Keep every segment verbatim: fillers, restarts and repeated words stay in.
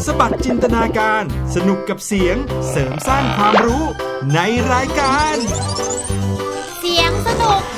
สบัดจินตนาการสนุกกับเสียงเสริมสร้างความรู้ในรายการเสียงสนุก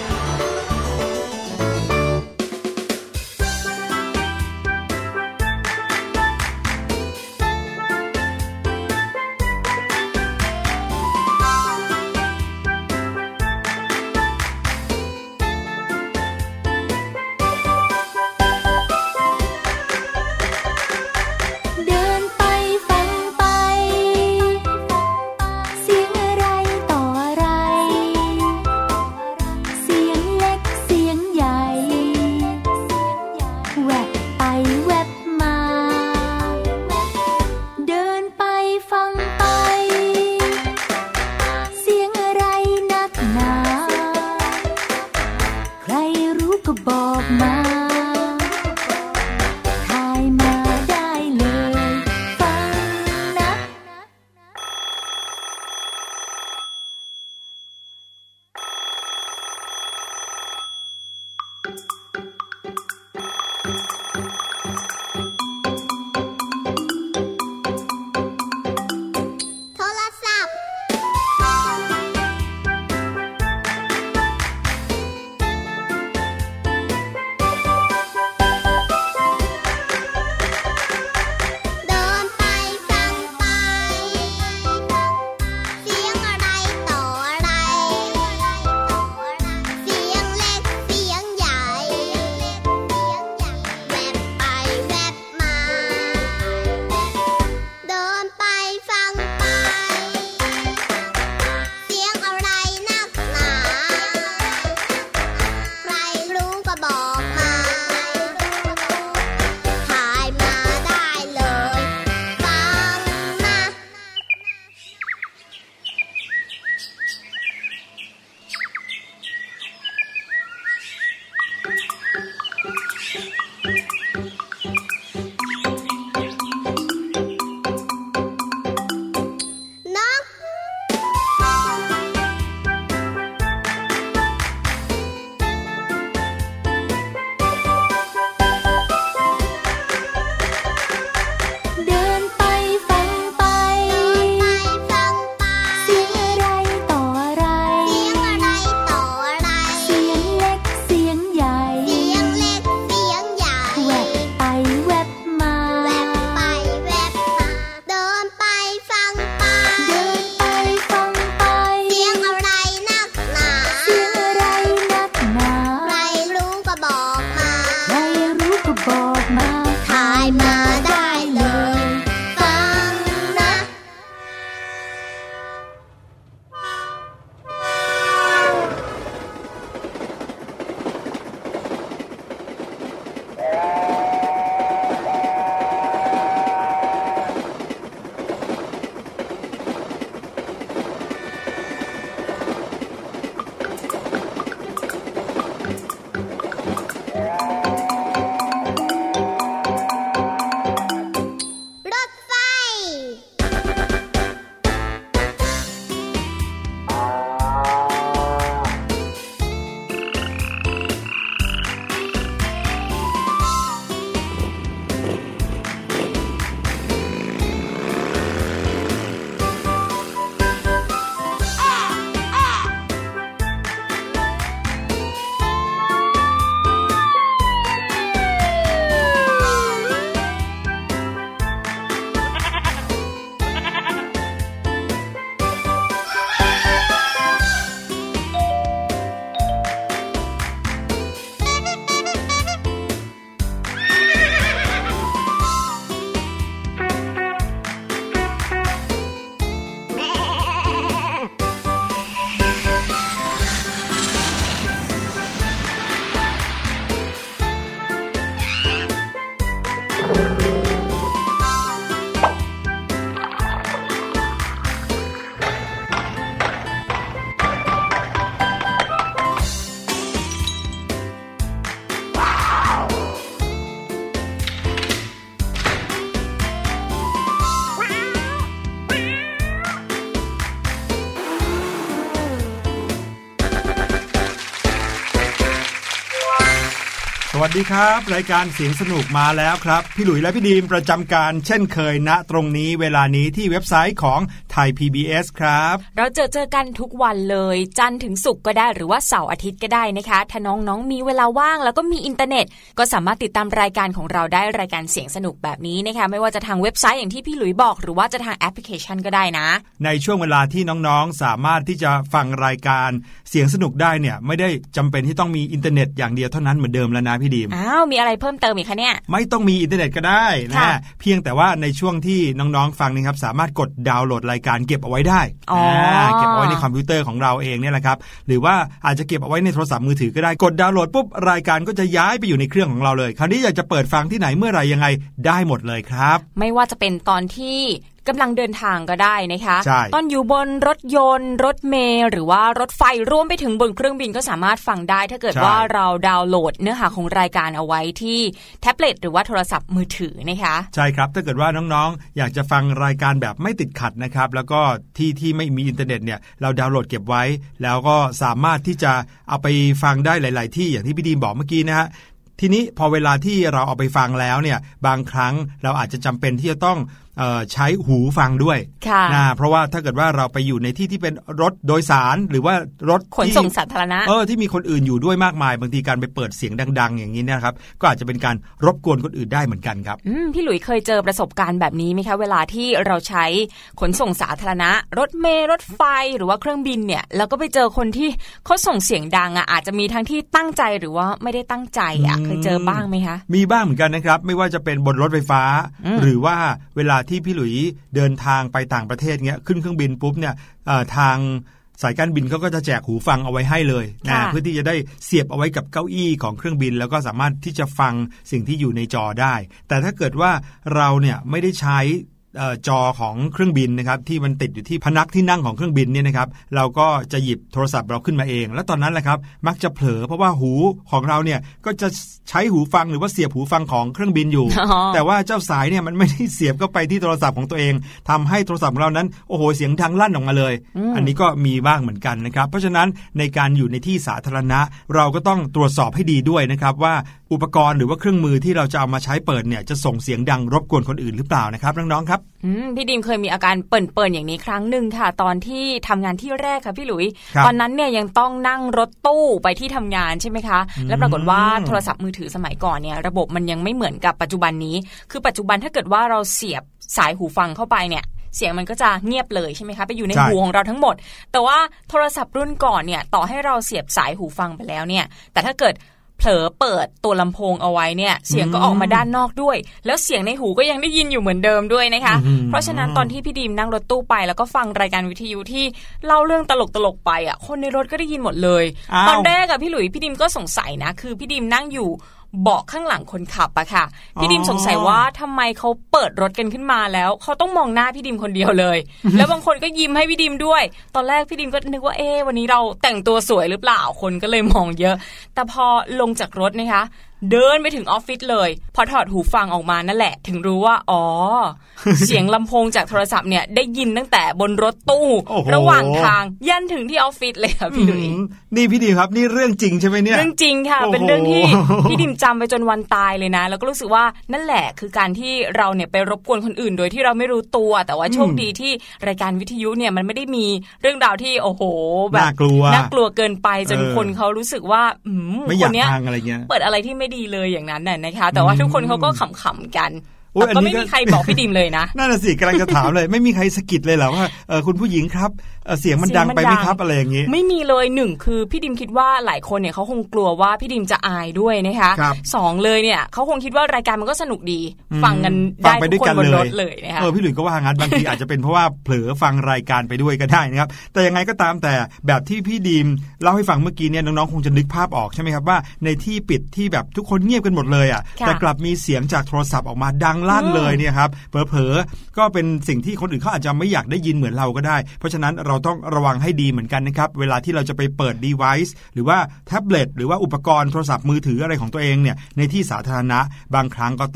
วัสดีครับรายการเสียงสนุกมาแล้วครับพี่หลุยและพี่ดีมประจำการเช่นเคยณตรงนี้เวลานี้ที่เว็บไซต์ของไทย พี บี เอส ครับเราเจอเจอกันทุกวันเลยจันทร์ถึงศุกร์ก็ได้หรือว่าเสาร์อาทิตย์ก็ได้นะคะถ้าน้องๆมีเวลาว่างแล้วก็มีอินเทอร์เน็ตก็สามารถติดตามรายการของเราได้รายการเสียงสนุกแบบนี้นะคะไม่ว่าจะทางเว็บไซต์อย่างที่พี่หลุยบอกหรือว่าจะทางแอปพลิเคชันก็ได้นะในช่วงเวลาที่น้องๆสามารถที่จะฟังรายการเสียงสนุกได้เนี่ยไม่ได้จำเป็นที่ต้องมีอินเทอร์เน็ตอย่างเดียวเท่านั้นเหมือนเดิมแล้วนะพี่ดีมอ้าวมีอะไรเพิ่มเติมอีกคะเนี่ยไม่ต้องมีอินเทอร์เน็ตก็ได้นะเพียงแต่ว่าในช่วงที่น้องๆฟังนี่ครับสามารถกดดาวน์โหลดรายการเก็บเอาไว้ได้เก็บเอาไว้ในคอมพิวเตอร์ของเราเองเนี่ยแหละครับหรือว่าอาจจะเก็บเอาไว้ในโทรศัพท์มือถือก็ได้กดดาวน์โหลดปุ๊บรายการก็จะย้ายไปอยู่ในเครื่องของเราเลยคราวนี้อยากจะเปิดฟังที่ไหนเมื่อไหร่ยังไงได้หมดเลยครับไม่ว่าจะเป็นตอนที่กำลังเดินทางก็ได้นะคะตอนอยู่บนรถยนต์รถเมล์หรือว่ารถไฟรวมไปถึงบนเครื่องบินก็สามารถฟังได้ถ้าเกิดว่าเราดาวน์โหลดเนื้อหาของรายการเอาไว้ที่แท็บเล็ตหรือว่าโทรศัพท์มือถือนะคะใช่ครับถ้าเกิดว่าน้องๆอยากจะฟังรายการแบบไม่ติดขัดนะครับแล้วก็ที่ที่ไม่มีอินเทอร์เน็ตเนี่ยเราดาวน์โหลดเก็บไว้แล้วก็สามารถที่จะเอาไปฟังได้หลายๆที่อย่างที่พี่ดีมบอกเมื่อกี้นะฮะทีนี้พอเวลาที่เราเอาไปฟังแล้วเนี่ยบางครั้งเราอาจจะจำเป็นที่จะต้องใช้หูฟังด้วยนะเพราะว่าถ้าเกิดว่าเราไปอยู่ในที่ที่เป็นรถโดยสารหรือว่ารถขนส่งสาธารณะเออที่มีคนอื่นอยู่ด้วยมากมายบางทีการไปเปิดเสียงดังๆอย่างนี้นะครับก็อาจจะเป็นการรบกวนคนอื่นได้เหมือนกันครับอืมพี่หลุยเคยเจอประสบการณ์แบบนี้ไหมคะเวลาที่เราใช้ขนส่งสาธารณะรถเมล์รถไฟหรือว่าเครื่องบินเนี่ยแล้วก็ไปเจอคนที่เขาส่งเสียงดังอ่ะอาจจะมีทั้งที่ตั้งใจหรือว่าไม่ได้ตั้งใจอ่ะเคยเจอบ้างไหมคะมีบ้างเหมือนกันนะครับไม่ว่าจะเป็นบนรถไฟฟ้าหรือว่าเวลาที่พี่หลุยเดินทางไปต่างประเทศเงี้ยขึ้นเครื่องบินปุ๊บเนี่ยทางสายการบินเขาก็จะแจกหูฟังเอาไว้ให้เลยนะเพื่อที่จะได้เสียบเอาไว้กับเก้าอี้ของเครื่องบินแล้วก็สามารถที่จะฟังสิ่งที่อยู่ในจอได้แต่ถ้าเกิดว่าเราเนี่ยไม่ได้ใช้จอของเครื่องบินนะครับที่มันติดอยู่ที่พนักที่นั่งของเครื่องบินเนี่ยนะครับเราก็จะหยิบโทรศัพท์เราขึ้นมาเองแล้วตอนนั้นแหละครับมักจะเผลอเพราะว่าหูของเราเนี่ยก็จะใช้หูฟังหรือว่าเสียบหูฟังของเครื่องบินอยู่ แต่ว่าเจ้าสายเนี่ยมันไม่ได้เสียบเข้าไปที่โทรศัพท์ของตัวเองทำให้โทรศัพท์ของเรานั้นโอ้โหเสียงดังลั่นออกมาเลยออันนี้ก็มีบ้างเหมือนกันนะครับเพราะฉะนั้นในการอยู่ในที่สาธารณะเราก็ต้องตรวจสอบให้ดีด้วยนะครับว่าอุปกรณ์หรือว่าเครื่องมือที่เราจะเอามาใช้เปิดเนี่ยจะส่งเสียงดังรบกวนคนอื่นหรือเปล่านะครับน้องๆครับพี่ดิมเคยมีอาการเปิ่นๆอย่างนี้ครั้งหนึ่งค่ะตอนที่ทำงานที่แรกค่ะพี่หลุยตอนนั้นเนี่ยยังต้องนั่งรถตู้ไปที่ทำงานใช่ไหมคะแล้วปรากฏว่าโทรศัพท์มือถือสมัยก่อนเนี่ยระบบมันยังไม่เหมือนกับปัจจุบันนี้คือปัจจุบันถ้าเกิดว่าเราเสียบสายหูฟังเข้าไปเนี่ยเสียงมันก็จะเงียบเลยใช่ไหมคะไปอยู่ในหูของเราทั้งหมดแต่ว่าโทรศัพท์รุ่นก่อนเนี่ยต่อให้เราเสียบสายหูฟังไปแล้วเนี่ยแต่ถ้าเกิดเผลอเปิดตัวลำโพงเอาไว้เนี่ยเสียงก็ออกมาด้านนอกด้วยแล้วเสียงในหูก็ยังได้ยินอยู่เหมือนเดิมด้วยนะคะเพราะฉะนั้นตอนที่พี่ดีมนั่งรถตู้ไปแล้วก็ฟังรายการวิทยุที่เล่าเรื่องตลกๆไปอ่ะคนในรถก็ได้ยินหมดเลยตอนแรกอะพี่หลุยพี่ดีมก็สงสัยนะคือพี่ดีมนั่งอยู่เบาะข้างหลังคนขับอะค่ะพี่ดิมสงสัยว่าทำไมเขาเปิดรถกันขึ้นมาแล้วเขาต้องมองหน้าพี่ดิมคนเดียวเลย แล้วบางคนก็ยิ้มให้พี่ดิมด้วยตอนแรกพี่ดิมก็นึกว่าเอ๊ะวันนี้เราแต่งตัวสวยหรือเปล่าคนก็เลยมองเยอะแต่พอลงจากรถนะคะเดินไปถึงออฟฟิศเลยพอถอดหูฟังออกมานั่นแหละถึงรู้ว่าอ๋อ เสียงลำโพงจากโทรศัพท์เนี่ยได้ยินตั้งแต่บนรถตู้ระหว่างทางยันถึงที่ออฟฟิศเลยค่ะพี่ดุยนี่พี่ดิมครับนี่เรื่องจริงใช่ไหมเนี่ยเรื่องจริงค่ะเป็นเรื่องที่พี่ดิมจำไปจนวันตายเลยนะแล้วก็รู้สึกว่านั่นแหละคือการที่เราเนี่ยไปรบกวนคนอื่นโดยที่เราไม่รู้ตัวแต่ว่าโชคดีที่รายการวิทยุเนี่ยมันไม่ได้มีเรื่องราวที่โอ้โหแบบน่ากลัวน่ากลัวเกินไปจนคนเขารู้สึกว่าคนเนี้ยเปิดอะไรที่ไม่ดีเลยอย่างนั้นน่ะนะคะแต่ว่าทุกคนเขาก็ขำๆกันก็ไม่มีใครบอกพี่ดิมเลยนะนั่นน่ะสิกำลังจะถามเลยไม่มีใครสะกิดเลยเหรอว่าคุณผู้หญิงครับเสียงมันดังไปไหมครับอะไรอย่างงี้ไม่มีเลยหนึ่งคือพี่ดิมคิดว่าหลายคนเนี่ยเขาคงกลัวว่าพี่ดิมจะอายด้วยนะคะสองเลยเนี่ยเขาคงคิดว่ารายการมันก็สนุกดีฟังกันได้ทุกคนบนรถเลยนะคะเออพี่หลุยส์ก็ว่างั้นบางทีอาจจะเป็นเพราะว่าเผลอฟังรายการไปด้วยก็ได้นะครับแต่ยังไงก็ตามแต่แบบที่พี่ดิมเล่าให้ฟังเมื่อกี้เนี่ยน้องๆคงจะนึกภาพออกใช่ไหมครับว่าในที่ปิดที่แบบทุกคนเงียบกันหมดเลยอ่ะแต่กลับมีเสียงจากโทรศัพท์ออกมาดังลั่นเลยเนี่ยครับเผลอๆก็เป็นสิ่งที่คนอื่นเขาอาจจะไม่อยากได้ยินเหมือนเราก็ได้เพราะฉะนั้นเราต้องระวังให้ดีเหมือนกันนะครับเวลาที่เราจะไปเปิด device หรือว่าแท็บเล็ตหรือว่าอุปกรณ์โทรศัพท์มือถืออะไรของตัวเองเนี่ยในที่สาธารณะบางครั้งก็ต้อง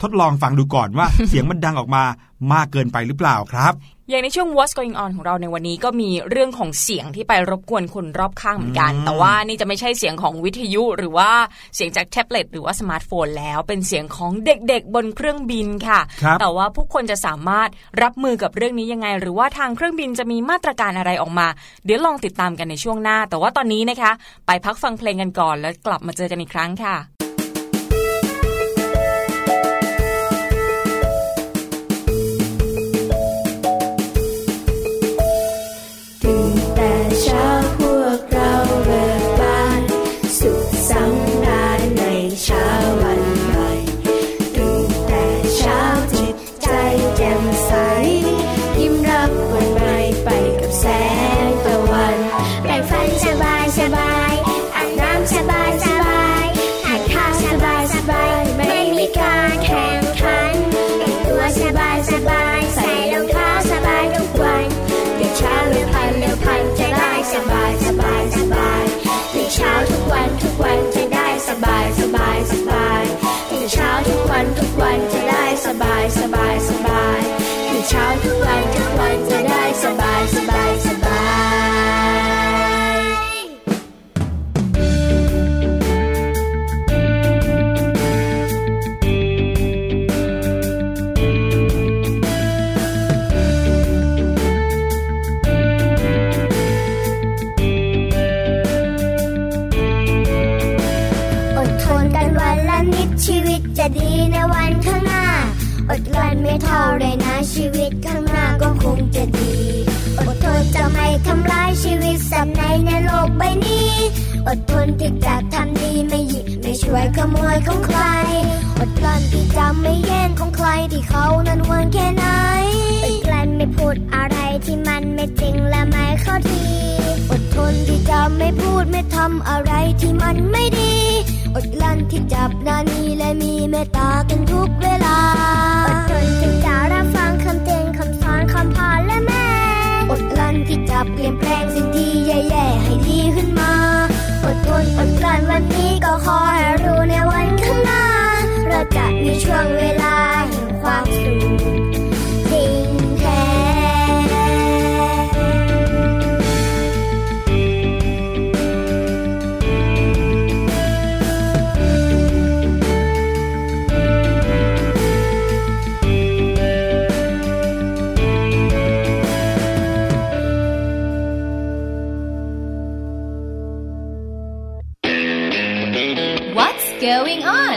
ทดลองฟังดูก่อนว่า เสียงมันดังออกมามากเกินไปหรือเปล่าครับอย่างในช่วง What's Going On ของเราในวันนี้ก็มีเรื่องของเสียงที่ไปรบกวนคนรอบข้างเหมือนกันแต่ว่านี่จะไม่ใช่เสียงของวิทยุหรือว่าเสียงจากแท็บเล็ตหรือว่าสมาร์ทโฟนแล้วเป็นเสียงของเด็กๆบนเครื่องบินค่ะแต่ว่าผู้คนจะสามารถรับมือกับเรื่องนี้ยังไงหรือว่าทางเครื่องบินจะมีมาตรการอะไรออกมาเดี๋ยวลองติดตามกันในช่วงหน้าแต่ว่าตอนนี้นะคะไปพักฟังเพลงกันก่อนแล้วกลับมาเจอกันอีกครั้งค่ะทุกวันจะได้สบายสบายสบายตื่นเช้าทุกวันทุกวันจะได้สบายสบายสบายอดทนกันวันละนิดชีวิตจะดีในวันข้างหน้าอดกลั้นไม่เท่าไรนะชีวิตข้างหน้าก็คงจะดีอดทนจะไม่ทำร้ายชีวิตสัตว์ในในโลกใบนี้อดทนที่จะทำดีไม่หยิบไม่ช่วยขโมยของใครอดกลั้นที่จะไม่แย่งของใครที่เขานั้นหวงแค่ไหนอดกลั้นไม่พูดอะไรที่มันไม่จริงและไม่เข้าทีอดทนที่จะไม่พูดไม่ทำอะไรที่มันไม่ดีอดกลั้นที่จับนานีและมีเมตตากันทุกเวลาอดทนที่จะรับฟังคำเตือนคำสอนคำพาและแม่อดกลั้นที่จะเปลี่ยนแปลงสิ่งที่แย่ๆให้ดีขึ้นมาอดทนอดกลั้นวันนี้ก็ขอให้รู้ในวันข้างหน้าเราจะมีช่วงเวลาแห่งความสุขจริงแท้ going on?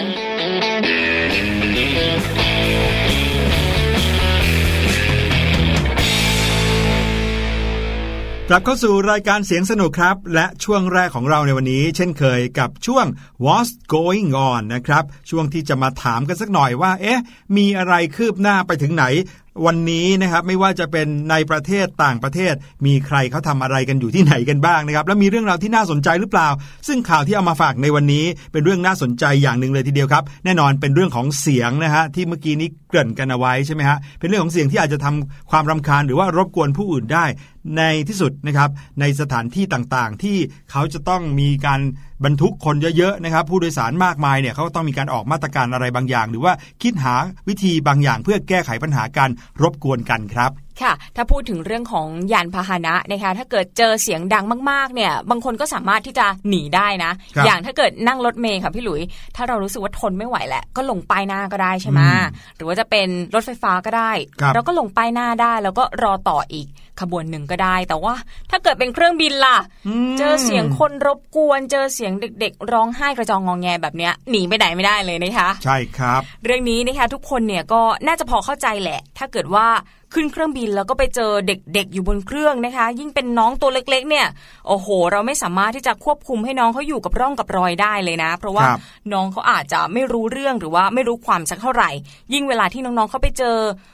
กลับเข้าสู่รายการเสียงสนุกครับและช่วงแรกของเราในวันนี้เช่นเคยกับช่วง What's Going On นะครับช่วงที่จะมาถามกันสักหน่อยว่าเอ๊ะมีอะไรคืบหน้าไปถึงไหนวันนี้นะครับไม่ว่าจะเป็นในประเทศต่างประเทศมีใครเขาทำอะไรกันอยู่ที่ไหนกันบ้างนะครับแล้วมีเรื่องราวที่น่าสนใจหรือเปล่าซึ่งข่าวที่เอามาฝากในวันนี้เป็นเรื่องน่าสนใจอย่างหนึ่งเลยทีเดียวครับแน่นอนเป็นเรื่องของเสียงนะฮะที่เมื่อกี้นี้เกริ่นกันเอาไว้ใช่ไหมฮะเป็นเรื่องของเสียงที่อาจจะทำความรำคาญหรือว่ารบกวนผู้อื่นได้ในที่สุดนะครับในสถานที่ต่างๆที่เขาจะต้องมีการบรรทุกคนเยอะๆนะครับผู้โดยสารมากมายเนี่ยเขาต้องมีการออกมาตรการอะไรบางอย่างหรือว่าคิดหาวิธีบางอย่างเพื่อแก้ไขปัญหาการรบกวนกันครับค่ะถ้าพูดถึงเรื่องของยานพาหนะนะคะถ้าเกิดเจอเสียงดังมากๆเนี่ยบางคนก็สามารถที่จะหนีได้นะอย่างถ้าเกิดนั่งรถเมล์ค่ะพี่หลุยถ้าเรารู้สึกว่าทนไม่ไหวแล้วก็ลงป้ายหน้าก็ได้ใช่ไหมหรือว่าจะเป็นรถไฟฟ้าก็ได้เราก็ลงป้ายหน้าได้แล้วก็รอต่ออีกขบวนหนึ่งก็ได้แต่ว่าถ้าเกิดเป็นเครื่องบินล่ะเจอเสียงคนรบกวนเจอเสียงเด็กๆร้องไห้กระจองงอแงแบบเนี้ยหนีไปไหนไม่ได้เลยนะคะใช่ครับเรื่องนี้นะคะทุกคนเนี่ยก็น่าจะพอเข้าใจแหละถ้าเกิดว่าขึ้นเครื่องบินแล้วก็ไปเจอเด็กๆอยู่บนเครื่องนะคะยิ่งเป็นน้องตัวเล็กๆเนี่ยโอ้โหเราไม่สามารถที่จะควบคุมให้น้องเขาอยู่กับร่องกับรอยได้เลยนะเพราะว่าน้องเขาอาจจะไม่รู้เรื่องหรือว่าไม่รู้ความสักเท่าไหร่ยิ่งเวลาที่น้องๆเขาไปเจอ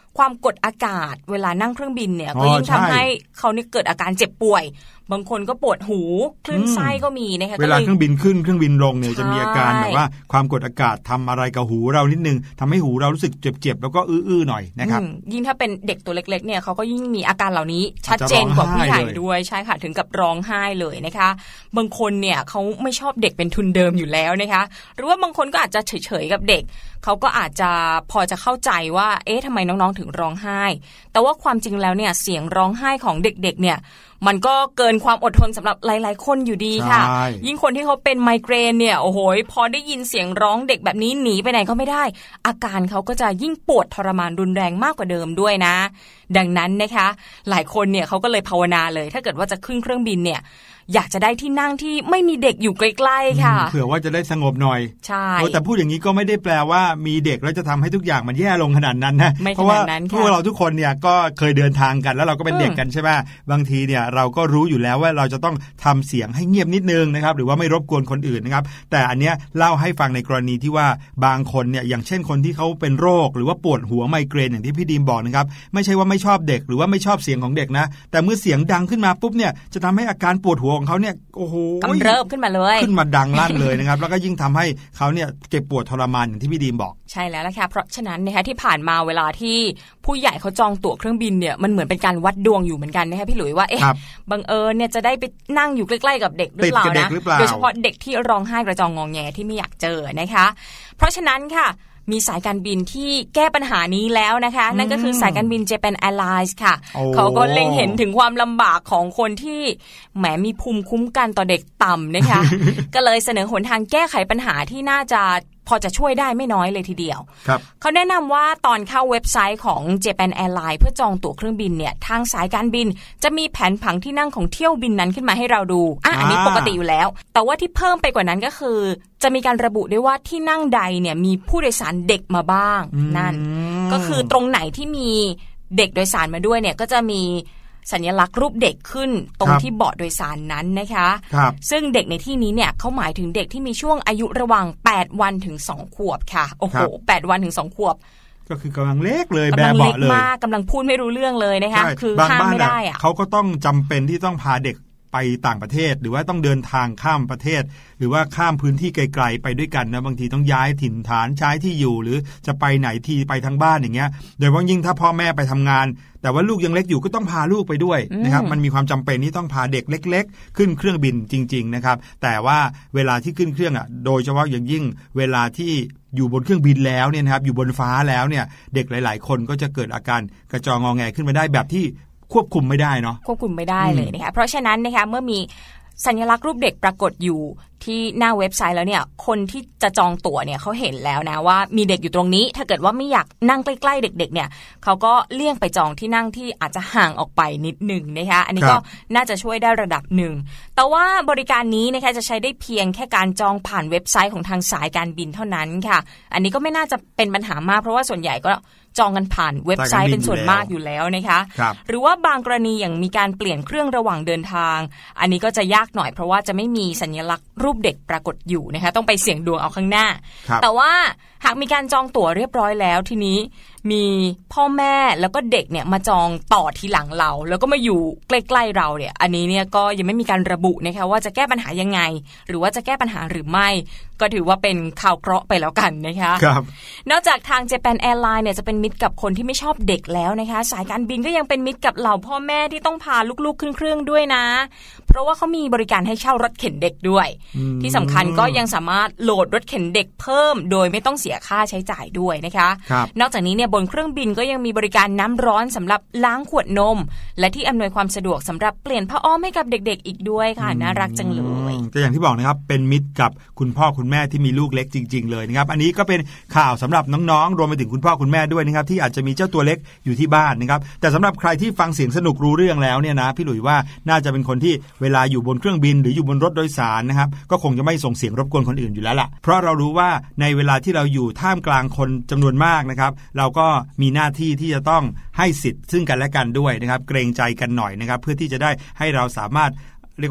ความกดอากาศเวลานั่งเครื่องบินเนี่ยก็ยิ่งทำให้เขาเนี่ยเกิดอาการเจ็บป่วยบางคนก็ปวดหูคลื่นไส้ก็มีนะคะเวลาเครื่องบินขึ้นเครื่องบินลงเนี่ยจะมีอาการแบบว่าความกดอากาศทำอะไรกับหูเรานิดนึงทำให้หูเรารู้สึกเจ็บๆแล้วก็อื้อๆหน่อยนะครับยิ่งถ้าเป็นเด็กตัวเล็กๆเนี่ยเขาก็ยิ่งมีอาการเหล่านี้ชัดเจนกว่าผู้ใหญ่ด้วยใช่ค่ะถึงกับร้องไห้เลยนะคะบางคนเนี่ยเขาไม่ชอบเด็กเป็นทุนเดิมอยู่แล้วนะคะหรือว่าบางคนก็อาจจะเฉยๆกับเด็กเขาก็อาจจะพอจะเข้าใจว่าเอ๊ะทำไมน้องๆถึงร้องไห้แต่ว่าความจริงแล้วเนี่ยเสียงร้องไห้ของเด็กๆเนี่ยมันก็เกินความอดทนสำหรับหลายๆคนอยู่ดีค่ะยิ่งคนที่เขาเป็นไมเกรนเนี่ยโอ้โหพอได้ยินเสียงร้องเด็กแบบนี้หนีไปไหนก็ไม่ได้อาการเขาก็จะยิ่งปวดทรมานรุนแรงมากกว่าเดิมด้วยนะดังนั้นนะคะหลายคนเนี่ยเขาก็เลยภาวนาเลยถ้าเกิดว่าจะขึ้นเครื่องบินเนี่ยอยากจะได้ที่นั่งที่ไม่มีเด็กอยู่ใกล้ๆค่ะเผื่อว่าจะได้สงบหน่อยใช่แต่พูดอย่างนี้ก็ไม่ได้แปลว่ามีเด็กแล้วจะทำให้ทุกอย่างมันแย่ลงขนาดนั้นนะเพราะว่าพวกเราทุกคนเนี่ยก็เคยเดินทางกันแล้วเราก็เป็นเด็กกันใช่ไหมบางทีเนี่ยเราก็รู้อยู่แล้วว่าเราจะต้องทำเสียงให้เงียบนิดนึงนะครับหรือว่าไม่รบกวนคนอื่นนะครับแต่อันเนี้ยเล่าให้ฟังในกรณีที่ว่าบางคนเนี่ยอย่างเช่นคนที่เขาเป็นโรคหรือว่าปวดหัวไมเกรนอย่างที่พี่ดีมบอกนะครับไม่ใช่ว่าไม่ชอบเด็กหรือว่าไม่ชอบเสียงของเด็กนะแต่เมื่อเสียงดังขึ้นมาปุ๊บเนี่ยจะทำให้อาการปวดหัวของเขาเนี่ยโอ้โหกำเริบขึ้นมาเลยขึ้นมาดังลั่นเลยนะครับแล้วก็ยิ่งทำให้เขาเนี่ยเจ็บปวดทรมานอย่างที่พี่ดีมบอกใช่แล้วล่ะค่ะเพราะฉะนั้นนะคะที่ผ่านมาเวลาที่ผู้ใหญ่เขาจองตั๋วเครื่องบินเนี่ยมันเหมือนเป็นการวัดดวงอยู่เหมือนกันนะคะพี่หลุยว่าเอ๊ะบังเอิญเนี่ยจะได้ไปนั่งอยู่ใกล้ๆกับเด็กหรือเปล่านะโดยเฉพาะเด็กที่ร้องไห้กระจองงอแงที่ไม่อยากเจอนะคะเพราะฉะนั้นค่ะมีสายการบินที่แก้ปัญหานี้แล้วนะคะนั่นก็คือสายการบิน Japan Airlines ค่ะเขาก็เล็งเห็นถึงความลำบากของคนที่แหมมีภูมิคุ้มกันต่อเด็กต่ำนะคะ ก็เลยเสนอหนทางแก้ไขปัญหาที่น่าจะพอจะช่วยได้ไม่น้อยเลยทีเดียวเขาแนะนำว่าตอนเข้าเว็บไซต์ของ Japan Airlines เพื่อจองตั๋วเครื่องบินเนี่ยทางสายการบินจะมีแผนผังที่นั่งของเที่ยวบินนั้นขึ้นมาให้เราดูอ่ะอันนี้ปกติอยู่แล้วแต่ว่าที่เพิ่มไปกว่านั้นก็คือจะมีการระบุด้วยว่าที่นั่งใดเนี่ยมีผู้โดยสารเด็กมาบ้างนั่นก็คือตรงไหนที่มีเด็กโดยสารมาด้วยเนี่ยก็จะมีสัญลักษณ์รูปเด็กขึ้นตรงที่เบาะโดยสารนั้นนะคะซึ่งเด็กในที่นี้เนี่ยเขาหมายถึงเด็กที่มีช่วงอายุระหว่างแปดวันถึงสองขวบค่ะโอ้โหแปดวันถึงสองขวบก็คือกำลังเล็กเลยแบบเบาะเลยกำลังพูดไม่รู้เรื่องเลยนะคะคือห้ามไม่ได้อะเขาก็ต้องจำเป็นที่ต้องพาเด็กไปต่างประเทศหรือว่าต้องเดินทางข้ามประเทศหรือว่าข้ามพื้นที่ไกลๆไปด้วยกันนะบางทีต้องย้ายถิ่นฐานใช้ที่อยู่หรือจะไปไหนที่ไปทั้งบ้านอย่างเงี้ยโดยเฉพาะยิ่งถ้าพ่อแม่ไปทำงานแต่ว่าลูกยังเล็กอยู่ก็ต้องพาลูกไปด้วยนะครับมันมีความจำเป็นที่ต้องพาเด็กเล็กๆขึ้นเครื่องบินจริงๆนะครับแต่ว่าเวลาที่ขึ้นเครื่องอ่ะโดยเฉพาะอย่างยิ่งเวลาที่อยู่บนเครื่องบินแล้วเนี่ยนะครับอยู่บนฟ้าแล้วเนี่ยเด็กหลายๆคนก็จะเกิดอาการกระจองงอแงขึ้นมาได้แบบที่ควบคุมไม่ได้เนาะควบคุมไม่ได้เลยนะคะเพราะฉะนั้นนะคะเมื่อมีสัญลักษณ์รูปเด็กปรากฏอยู่ที่หน้าเว็บไซต์แล้วเนี่ยคนที่จะจองตั๋วเนี่ยเขาเห็นแล้วนะว่ามีเด็กอยู่ตรงนี้ถ้าเกิดว่าไม่อยากนั่งใกล้ๆเด็กๆเนี่ยเขาก็เลี่ยงไปจองที่นั่งที่อาจจะห่างออกไปนิดนึงนะคะอันนี้ก็น่าจะช่วยได้ระดับหนึ่งแต่ว่าบริการนี้นะคะจะใช้ได้เพียงแค่การจองผ่านเว็บไซต์ของทางสายการบินเท่านั้นค่ะอันนี้ก็ไม่น่าจะเป็นปัญหามากเพราะว่าส่วนใหญ่ก็จองกันผ่านเว็บไซต์เป็นส่วนมากอยู่แล้วนะคะหรือว่าบางกรณีอย่างมีการเปลี่ยนเครื่องระหว่างเดินทางอันนี้ก็จะยากหน่อยเพราะว่าจะไม่มีสัญลักษณ์รูปเด็กปรากฏอยู่นะคะต้องไปเสี่ยงดวงเอาข้างหน้าแต่ว่าหากมีการจองตั๋วเรียบร้อยแล้วทีนี้มีพ่อแม่แล้วก็เด็กเนี่ยมาจองต่อทีหลังเราแล้วก็มาอยู่ใกล้ๆเราเนี่ยอันนี้เนี่ยก็ยังไม่มีการระบุนะคะว่าจะแก้ปัญหายังไงหรือว่าจะแก้ปัญหาหรือไม่ก็ถือว่าเป็นข่าวเคราะห์ไปแล้วกันนะคะครับนอกจากทาง Japan Airlines เนี่ยจะเป็นมิตรกับคนที่ไม่ชอบเด็กแล้วนะคะสายการบินก็ยังเป็นมิตรกับเหล่าพ่อแม่ที่ต้องพาลูกๆขึ้นเครื่องด้วยนะเพราะว่าเขามีบริการให้เช่ารถเข็นเด็กด้วยที่สำคัญก็ยังสามารถโหลดรถเข็นเด็กเพิ่มโดยไม่ต้องเสียค่าใช้จ่ายด้วยนะคะนอกจากนี้เนี่ยบนเครื่องบินก็ยังมีบริการน้ำร้อนสำหรับล้างขวดนมและที่อำนวยความสะดวกสำหรับเปลี่ยนผ้าอ้อมให้กับเด็กๆอีกด้วยค่ะน่ารักจังเลยก็อย่างที่บอกนะครับเป็นมิตรกับคุณพ่อคุณแม่ที่มีลูกเล็กจริงๆเลยนะครับอันนี้ก็เป็นข่าวสำหรับน้องๆรวมไปถึงคุณพ่อคุณแม่ด้วยนะครับที่อาจจะมีเจ้าตัวเล็กอยู่ที่บ้านนะครับแต่สำหรับใครที่ฟังเสียงสนุกรู้เรื่องแล้วเนี่ยนะพี่หลุยว่าน่าจะเป็นคนที่เวลาอยู่บนเครื่องบินหรืออยู่บนรถโดยสารนะครับก็คงจะไม่ส่งเสียงรบกวนคนอื่นอยู่แล้วล่ะเพราะเรารู้ว่าในเวลาที่เราอยู่ท่ามกลางคนจำนวนมากนะครับเราก็มีหน้าที่ที่จะต้องให้สิทธิ์ซึ่งกันและกันด้วยนะครับเกรงใจกันหน่อยนะครับเพื่อที่จะได้ให้เราสามารถเรียกว่า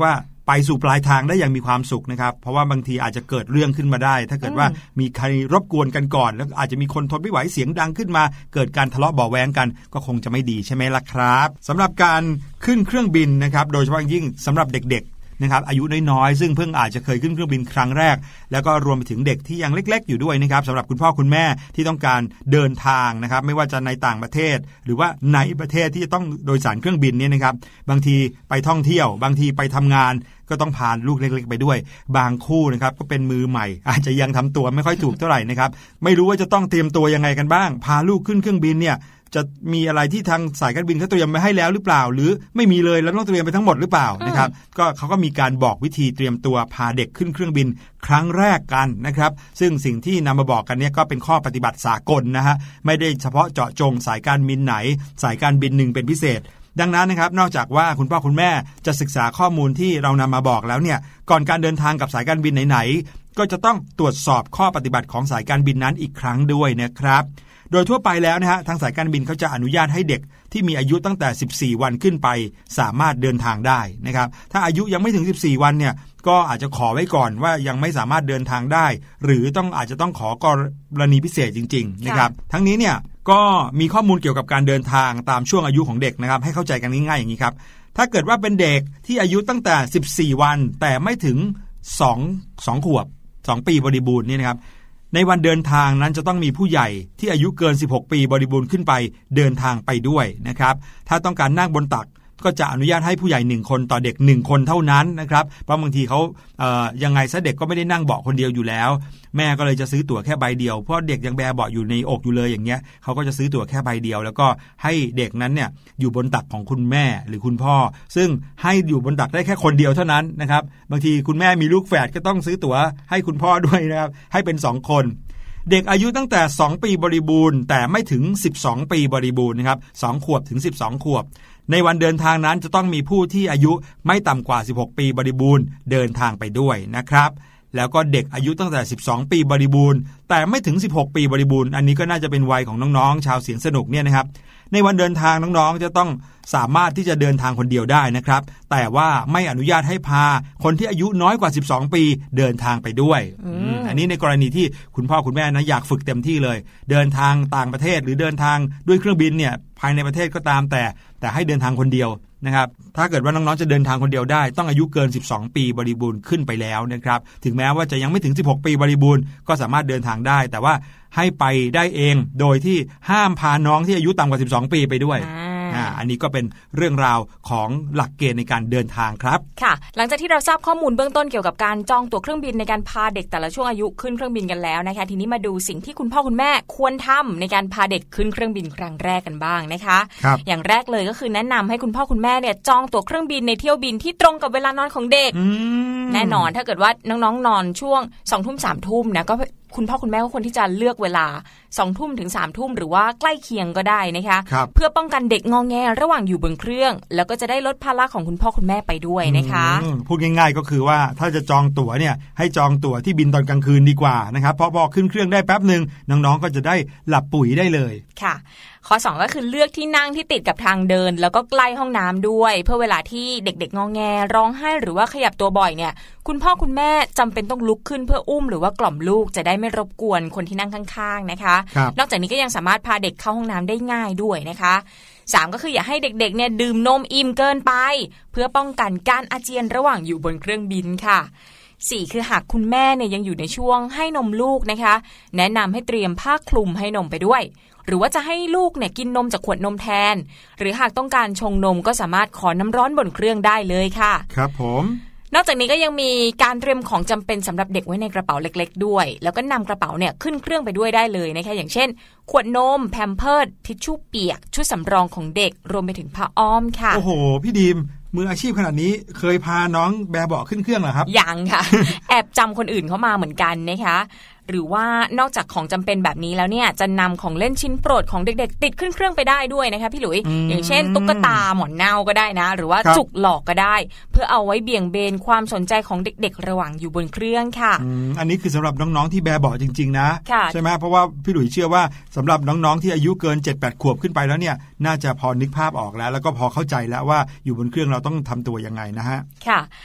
ไปสู่ปลายทางได้อย่างมีความสุขนะครับเพราะว่าบางทีอาจจะเกิดเรื่องขึ้นมาได้ถ้าเกิดว่ามีใครรบกวนกันก่อนแล้วอาจจะมีคนทนไม่ไหวเสียงดังขึ้นมาเกิดการทะเลาะเบาะแว้งกันก็คงจะไม่ดีใช่ไหมล่ะครับสำหรับการขึ้นเครื่องบินนะครับโดยเฉพาะยิ่งสำหรับเด็กๆนะครับอายุน้อยๆซึ่งเพิ่งอาจจะเคยขึ้นเครื่องบินครั้งแรกแล้วก็รวมไปถึงเด็กที่ยังเล็กๆอยู่ด้วยนะครับสำหรับคุณพ่อคุณแม่ที่ต้องการเดินทางนะครับไม่ว่าจะในต่างประเทศหรือว่าในประเทศที่จะต้องโดยสารเครื่องบินเนี่ยนะครับบางทีไปท่องเที่ยวบางทีไปทำงานก็ต้องพาลูกเล็กๆไปด้วยบางคู่นะครับก็เป็นมือใหม่อาจจะยังทำตัวไม่ค่อยถูกเท่าไหร่นะครับไม่รู้ว่าจะต้องเตรียมตัวยังไงกันบ้างพาลูกขึ้นเครื่องบินเนี่ยจะมีอะไรที่ทางสายการบินเขาเตรียมไว้ให้แล้วหรือเปล่าหรือไม่มีเลยแล้วต้องเตรียมไปทั้งหมดหรือเปล่านะครับก็เขาก็มีการบอกวิธีเตรียมตัวพาเด็กขึ้นเครื่องบินครั้งแรกกันนะครับซึ่งสิ่งที่นำมาบอกกันเนี่ยก็เป็นข้อปฏิบัติสากลนะฮะไม่ได้เฉพาะเจาะจงสายการบินไหนสายการบินหนึ่งเป็นพิเศษดังนั้นนะครับนอกจากว่าคุณพ่อคุณแม่จะศึกษาข้อมูลที่เรานำมาบอกแล้วเนี่ยก่อนการเดินทางกับสายการบินไหนๆก็จะต้องตรวจสอบข้อปฏิบัติของสายการบินนั้นอีกครั้งด้วยนะครับโดยทั่วไปแล้วนะฮะทางสายการบินเขาจะอนุญาตให้เด็กที่มีอายุตั้งแต่สิบสี่วันขึ้นไปสามารถเดินทางได้นะครับถ้าอายุยังไม่ถึงสิบสี่วันเนี่ยก็อาจจะขอไว้ก่อนว่ายังไม่สามารถเดินทางได้หรือต้องอาจจะต้องขอกรณีพิเศษจริงๆนะครับทั้งนี้เนี่ยก็มีข้อมูลเกี่ยวกับการเดินทางตามช่วงอายุของเด็กนะครับให้เข้าใจกันง่ายๆอย่างนี้ครับถ้าเกิดว่าเป็นเด็กที่อายุตั้งแต่สิบสี่วันแต่ไม่ถึงสอง สองขวบสองปีบริบูรณ์นี่นะครับในวันเดินทางนั้นจะต้องมีผู้ใหญ่ที่อายุเกินสิบหกปีบริบูรณ์ขึ้นไปเดินทางไปด้วยนะครับถ้าต้องการนั่งบนตักก็จะอนุญาตให้ผู้ใหญ่หนึ่งคนต่อเด็กหนึ่งคนเท่านั้นนะครับเพราะบางทีเขาเอ่อยังไงซะเด็กก็ไม่ได้นั่งเบาะคนเดียวอยู่แล้วแม่ก็เลยจะซื้อตั๋วแค่ใบเดียวเพราะเด็กยังแบเบาะอยู่ในอกอยู่เลยอย่างเงี้ยเขาก็จะซื้อตั๋วแค่ใบเดียวแล้วก็ให้เด็กนั้นเนี่ยอยู่บนตักของคุณแม่หรือคุณพ่อซึ่งให้อยู่บนตักได้แค่คนเดียวเท่านั้นนะครับบางทีคุณแม่มีลูกแฝดก็ต้องซื้อตั๋วให้คุณพ่อด้วยนะครับให้เป็นสองคนเด็กอายุตั้งแต่สองปีบริบูรณ์แต่ไม่ถึงสิบสองปีบริบูรณ์นะครับสองขวบถึงสิบสองขวบในวันเดินทางนั้นจะต้องมีผู้ที่อายุไม่ต่ำกว่าสิบหกปีบริบูรณ์เดินทางไปด้วยนะครับแล้วก็เด็กอายุตั้งแต่สิบสองปีบริบูรณ์แต่ไม่ถึงสิบหกปีบริบูรณ์อันนี้ก็น่าจะเป็นวัยของน้องๆชาวเสียงสนุกเนี่ยนะครับในวันเดินทางน้องๆจะต้องสามารถที่จะเดินทางคนเดียวได้นะครับแต่ว่าไม่อนุญาตให้พาคนที่อายุน้อยกว่าสิบสองปีเดินทางไปด้วยอันนี้ในกรณีที่คุณพ่อคุณแม่นะอยากฝึกเต็มที่เลยเดินทางต่างประเทศหรือเดินทางด้วยเครื่องบินเนี่ยภายในประเทศก็ตามแต่แต่ให้เดินทางคนเดียวนะครับถ้าเกิดว่าน้องๆจะเดินทางคนเดียวได้ต้องอายุเกินสิบสองปีบริบูรณ์ขึ้นไปแล้วนะครับถึงแม้ว่าจะยังไม่ถึงสิบหกปีบริบูรณ์ก็สามารถเดินทางได้แต่ว่าให้ไปได้เองโดยที่ห้ามพาน้องที่อายุต่ำกว่าสิบสองปีไปด้วยอ่าอันนี้ก็เป็นเรื่องราวของหลักเกณฑ์ในการเดินทางครับค่ะหลังจากที่เราทราบข้อมูลเบื้องต้นเกี่ยวกับการจองตั๋วเครื่องบินในการพาเด็กแต่ละช่วงอายุขึ้นเครื่องบินกันแล้วนะคะทีนี้มาดูสิ่งที่คุณพ่อคุณแม่ควรทำในการพาเด็กขึ้นเครื่องบินครั้งแรกกันบ้างนะคะอย่างแรกเลยก็คือแนะนำให้คุณพ่อคุณแม่เนี่ยจองตั๋วเครื่องบินในเที่ยวบินที่ตรงกับเวลานอนของเด็กแน่นอนถ้าเกิดว่าน้องๆนอนช่วงสองทุ่มสามทุ่มนะก็คุณพ่อคุณแม่ก็ควรที่จะเลือกเวลาสองทุ่มถึงสามทุ่มหรือว่าใกล้เคียงก็ได้นะคะเพื่อป้องกันเด็กงอแงระหว่างอยู่บนเครื่องแล้วก็จะได้ลดภาระของคุณพ่อคุณแม่ไปด้วยนะคะพูดง่ายๆก็คือว่าถ้าจะจองตั๋วเนี่ยให้จองตั๋วที่บินตอนกลางคืนดีกว่านะครับเพราะพอขึ้นเครื่องได้แป๊บนึงน้องๆก็จะได้หลับปุ๋ยได้เลยค่ะข้อสองก็คือเลือกที่นั่งที่ติดกับทางเดินแล้วก็ใกล้ห้องน้ำด้วยเพื่อเวลาที่เด็กๆงอแงร้องไห้หรือว่าขยับตัวบ่อยเนี่ยคุณพ่อคุณแม่จำเป็นต้องลุกขึ้นเพื่ออุ้มหรือว่ากล่อมลูกจะได้ไม่รบกวนคนที่นั่งข้างๆนะคะนอกจากนี้ก็ยังสามารถพาเด็กเข้าห้องน้ำได้ง่ายด้วยนะคะสามก็คืออย่าให้เด็กๆเนี่ยดื่มนมอิ่มเกินไปเพื่อป้องกันการอาเจียนระหว่างอยู่บนเครื่องบินค่ะสี่คือหากคุณแม่เนี่ยยังอยู่ในช่วงให้นมลูกนะคะแนะนำให้เตรียมผ้าคลุมให้นมไปด้วยหรือว่าจะให้ลูกเนี่ยกินนมจากขวดนมแทนหรือหากต้องการชงนมก็สามารถขอน้ำร้อนบนเครื่องได้เลยค่ะครับผมนอกจากนี้ก็ยังมีการเตรียมของจำเป็นสำหรับเด็กไว้ในกระเป๋าเล็กๆด้วยแล้วก็นำกระเป๋าเนี่ยขึ้นเครื่องไปด้วยได้เลยนะคะอย่างเช่นขวดนมแพมเพิร์สทิชชู่เปียกชุดสำรองของเด็กรวมไปถึงผ้าอ้อมค่ะโอ้โหพี่ดีมมืออาชีพขนาดนี้เคยพาน้องแบเบาะขึ้นเครื่องเหรอครับยังค่ะ แอบจำคนอื่นเข้ามาเหมือนกันนะคะหรือว่านอกจากของจำเป็นแบบนี้แล้วเนี่ยจะนำของเล่นชิ้นโปรดของเด็กๆติดขึ้นเครื่องไปได้ด้วยนะคะพี่หลุย อ, อย่างเช่นตุ๊กตาหมอนเน่าก็ได้นะหรือว่าจุกหลอกก็ได้เพื่อเอาไว้เบี่ยงเบนความสนใจของเด็กๆระหว่างอยู่บนเครื่องค่ะอ, อันนี้คือสำหรับน้องๆที่แบเบาะจริงๆนะใช่ไหมเพราะว่าพี่หลุยเชื่อว่าสำหรับน้องๆที่อายุเกิน เจ็ดแปด ขวบขึ้นไปแล้วเนี่ยน่าจะพอนึกภาพออกแล้วแล้วก็พอเข้าใจแล้วว่าอยู่บนเครื่องเราต้องทำตัวยังไงนะฮะค่ะ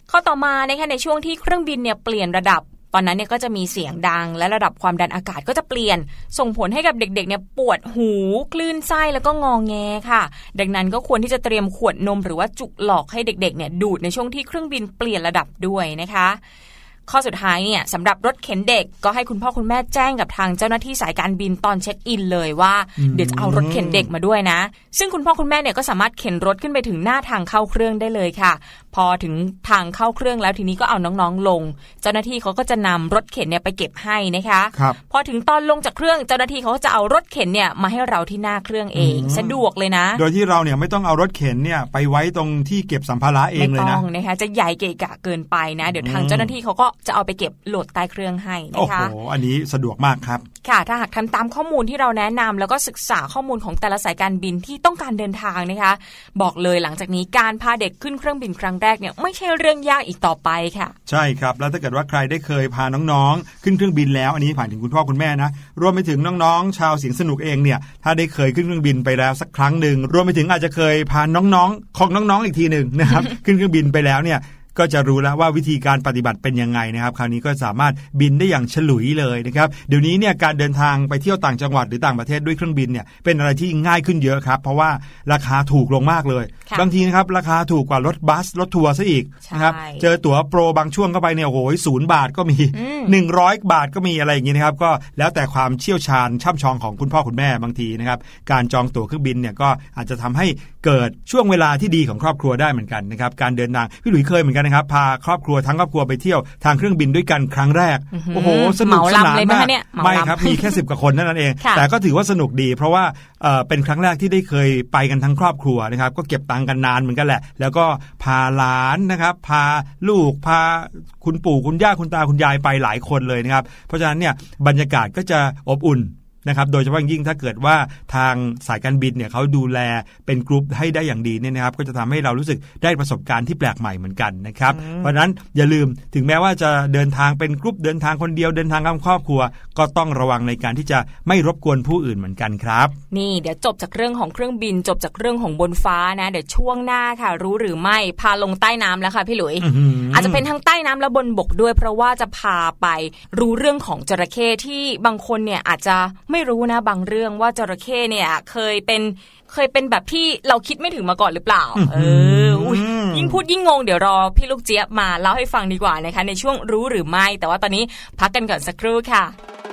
ข้อต่อมานะคะในช่วงที่เครื่องบินเนี่ยเปลี่ยนระดับตอนนั้นเนี่ยก็จะมีเสียงดังและระดับความดันอากาศก็จะเปลี่ยนส่งผลให้กับเด็กๆเนี่ยปวดหูคลื่นไส้แล้วก็งอแงค่ะดังนั้นก็ควรที่จะเตรียมขวดนมหรือว่าจุกหลอกให้เด็กๆเนี่ยดูดในช่วงที่เครื่องบินเปลี่ยนระดับด้วยนะคะข้อสุดท้ายเนี่ยสำหรับรถเข็นเด็กก็ให้คุณพ่อคุณแม่แจ้งกับทางเจ้าหน้าที่สายการบินตอนเช็คอินเลยว่าเดี๋ยวจะเอารถเข็นเด็กมาด้วยนะซึ่งคุณพ่อคุณแม่เนี่ยก็สามารถเข็นรถขึ้นไปถึงหน้าทางเข้าเครื่องได้เลยค่ะพอถึงทางเข้าเครื่องแล้วทีนี้ก็เอาน้องๆลงเจ้าหน้าที่เขาก็จะนำรถเข็นเนี่ยไปเก็บให้นะคะพอถึงตอนลงจากเครื่องเจ้าหน้าที่เขาก็จะเอารถเข็นเนี่ยมาให้เราที่หน้าเครื่องเองสะดวกเลยนะโดยที่เราเนี่ยไม่ต้องเอารถเข็นเนี่ยไปไว้ตรงที่เก็บสัมภาระเองเลยนะไม่ต้องนะคะจะใหญ่เกะกะเกินไปนะเดี๋ยวทางเจ้าหน้าที่เขาก็จะเอาไปเก็บโหลดใต้เครื่องให้นะคะโอ้โหอันนี้สะดวกมากครับค่ะถ้าหากทำตามข้อมูลที่เราแนะนำแล้วก็ศึกษาข้อมูลของแต่ละสายการบินที่ต้องการเดินทางนะคะบอกเลยหลังจากนี้การพาเด็กขึ้นเครื่องบินครั้งแรกเนี่ยไม่ใช่เรื่องยากอีกต่อไปค่ะใช่ครับแล้วถ้าเกิดว่าใครได้เคยพาน้องๆขึ้นเครื่องบินแล้วอันนี้ผ่านถึงคุณพ่อคุณแม่นะรวมไปถึงน้องๆชาวเสียงสนุกเองเนี่ยถ้าได้เคยขึ้นเครื่องบินไปแล้วสักครั้งนึงรวมไปถึงอาจจะเคยพาน้องๆของน้องๆอีกทีนึงนะครับ ขึ้นเครื่องบินไปแล้วเนี่ยก็จะรู้แล้วว่าวิธีการปฏิบัติเป็นยังไงนะครับคราวนี้ก็สามารถบินได้อย่างฉลุยเลยนะครับเดี๋ยวนี้เนี่ยการเดินทางไปเที่ยวต่างจังหวัดหรือต่างประเทศด้วยเครื่องบินเนี่ยเป็นอะไรที่ง่ายขึ้นเยอะครับเพราะว่าราคาถูกลงมากเลยบางทีนะครับราคาถูกกว่ารถบัสรถทัวร์ซะอีกนะครับเจอตั๋วโปรบางช่วงเข้าไปเนี่ยโอ้โหศูนย์บาทก็มีหนึ่งร้อยบาทก็มีอะไรอย่างงี้นะครับก็แล้วแต่ความเชี่ยวชาญช่ำชองของคุณพ่อคุณแม่บางทีนะครับการจองตั๋วเครื่องบินเนี่ยก็อาจจะทำให้เกิดช่วงเวลาที่ดีของครอบครัวได้เหมือนกันนะครับการเดินทางพี่หลุยส์เคยเหมือนกันนะครับพาครอบครัวทั้งครอบครัวไปเที่ยวทางเครื่องบินด้วยกันครั้งแรกโอ้โหสนุกสนานมากไม่ครับมีแค่สิบกว่าคนเท่านั้นเองแต่ก็ถือว่าสนุกดีเพราะว่าเอ่อเป็นครั้งแรกที่ได้เคยไปกันทั้งครอบครัวนะครับก็เก็บตังค์กันนานเหมือนกันแหละแล้วก็พาหลานนะครับพาลูกพาคุณปู่คุณย่าคุณตาคุณยายไปหลายคนเลยนะครับเพราะฉะนั้นเนี่ยบรรยากาศก็จะอบอุ่นนะครับโดยเฉพาะยิ่งถ้าเกิดว่าทางสายการบินเนี่ยเขาดูแลเป็นกรุ๊ปให้ได้อย่างดีเนี่ยนะครับก็จะทำให้เรารู้สึกได้ประสบการณ์ที่แปลกใหม่เหมือนกันนะครับเพราะฉะนั้นอย่าลืมถึงแม้ว่าจะเดินทางเป็นกรุ๊ปเดินทางคนเดียวเดินทางกับครอบครัวก็ต้องระวังในการที่จะไม่รบกวนผู้อื่นเหมือนกันครับนี่เดี๋ยวจบจากเรื่องของเครื่องบินจบจากเรื่องของบนฟ้านะเดี๋ยวช่วงหน้าค่ะรู้หรือไม่พาลงใต้น้ำแล้วค่ะพี่หลุย อ, อาจจะเป็นทั้งใต้น้ำและบนบกด้วยเพราะว่าจะพาไปรู้เรื่องของจระเข้ที่บางคนเนี่ยอาจจะไม่รู้นะบางเรื่องว่าจระเข้เนี่ยเคยเป็นเคยเป็นแบบที่เราคิดไม่ถึงมาก่อนหรือเปล่าเออยิ่งพูดยิ่งงงเดี๋ยวรอพี่ลูกเจี๊ยบมาเล่าให้ฟังดีกว่านะคะในช่วงรู้หรือไม่แต่ว่าตอนนี้พักกันก่อนสักครู่ค่ะ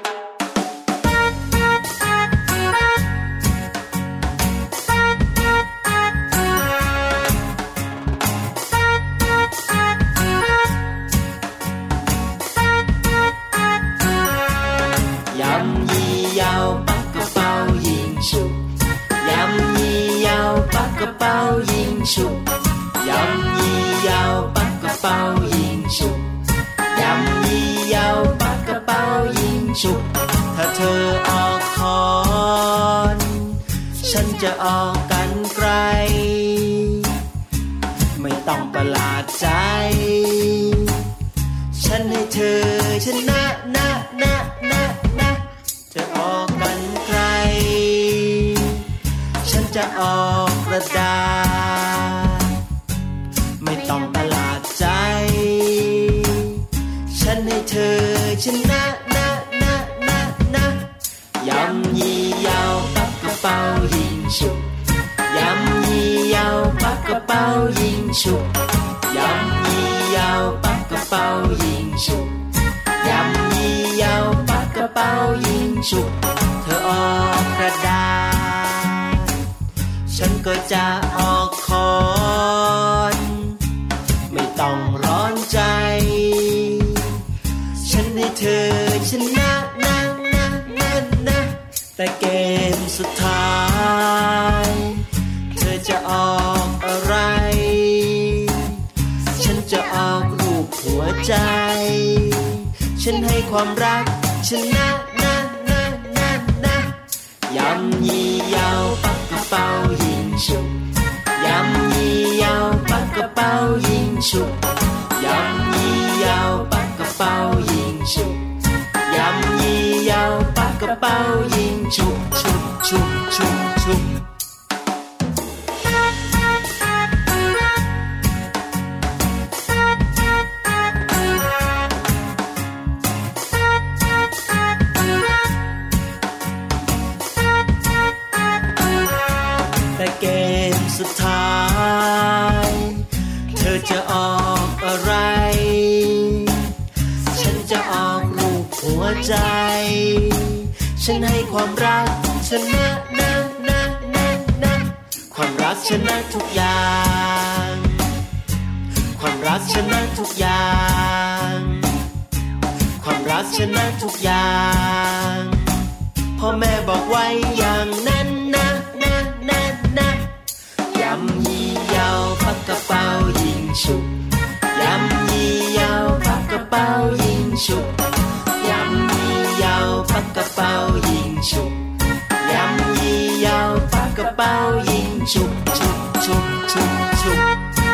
ยำยี่ยาวปักกระเป๋ายิงฉุบยำยี่ยาวปักกระเป๋ายิงฉุบถ้าเธอออกคอนฉันจะออกกันไกลไม่ต้องประหลาดใจฉันให้เธอชนะนะนะนะนะจะออกกันไกลฉันจะออกกระดาษไม่ต้องประหลาดใจฉันให้เธอชนะนะนะนะนะยำยี่ยาวปักกระเป๋ายิงฉุบยำยี่ยาวปักกระเป๋ายิงฉุบยำยี่ยาวปักกระเป๋ายิงฉุบยำยี่ยาวปักกระเป๋ายิงฉุบเธอออกกระดาษฉันก็จะออกคอนไม่ต้องร้อนใจฉันให้เธอชนะนะนะนะนะแต่เกมสุดท้ายเธอจะออกอะไรฉันจะออกรูปหัวใจฉันให้ความรักชนะนะนะนะนะยำยี่ยาวปักกระเป๋ายิงฉุบยำยี่ยาวปักกระเป๋ายิงฉุบยำยี่ยาวปักกระเป๋ายิงฉุบยำยี่ยาวปักกระเป๋ายิงฉุบฉุบฉุบฉุบฉุบใจฉันให้ความรักชนะนะนะนะนะความรักชนะทุกอย่างความรักชนะทุกอย่างความรักชนะทุกอย่างพ่อแม่บอกไว้อย่างนั้นนะนะนะนะยำยี่ยาวปักกระเป๋ายิงฉุบยำยี่ยาวปักกระเป๋ายิงฉุบยำยี่ยาวปักกระเป๋ายิงฉุบยำยี่ยาวปักกระเป๋ายิงฉุบฉุบฉุบฉุบฉุบ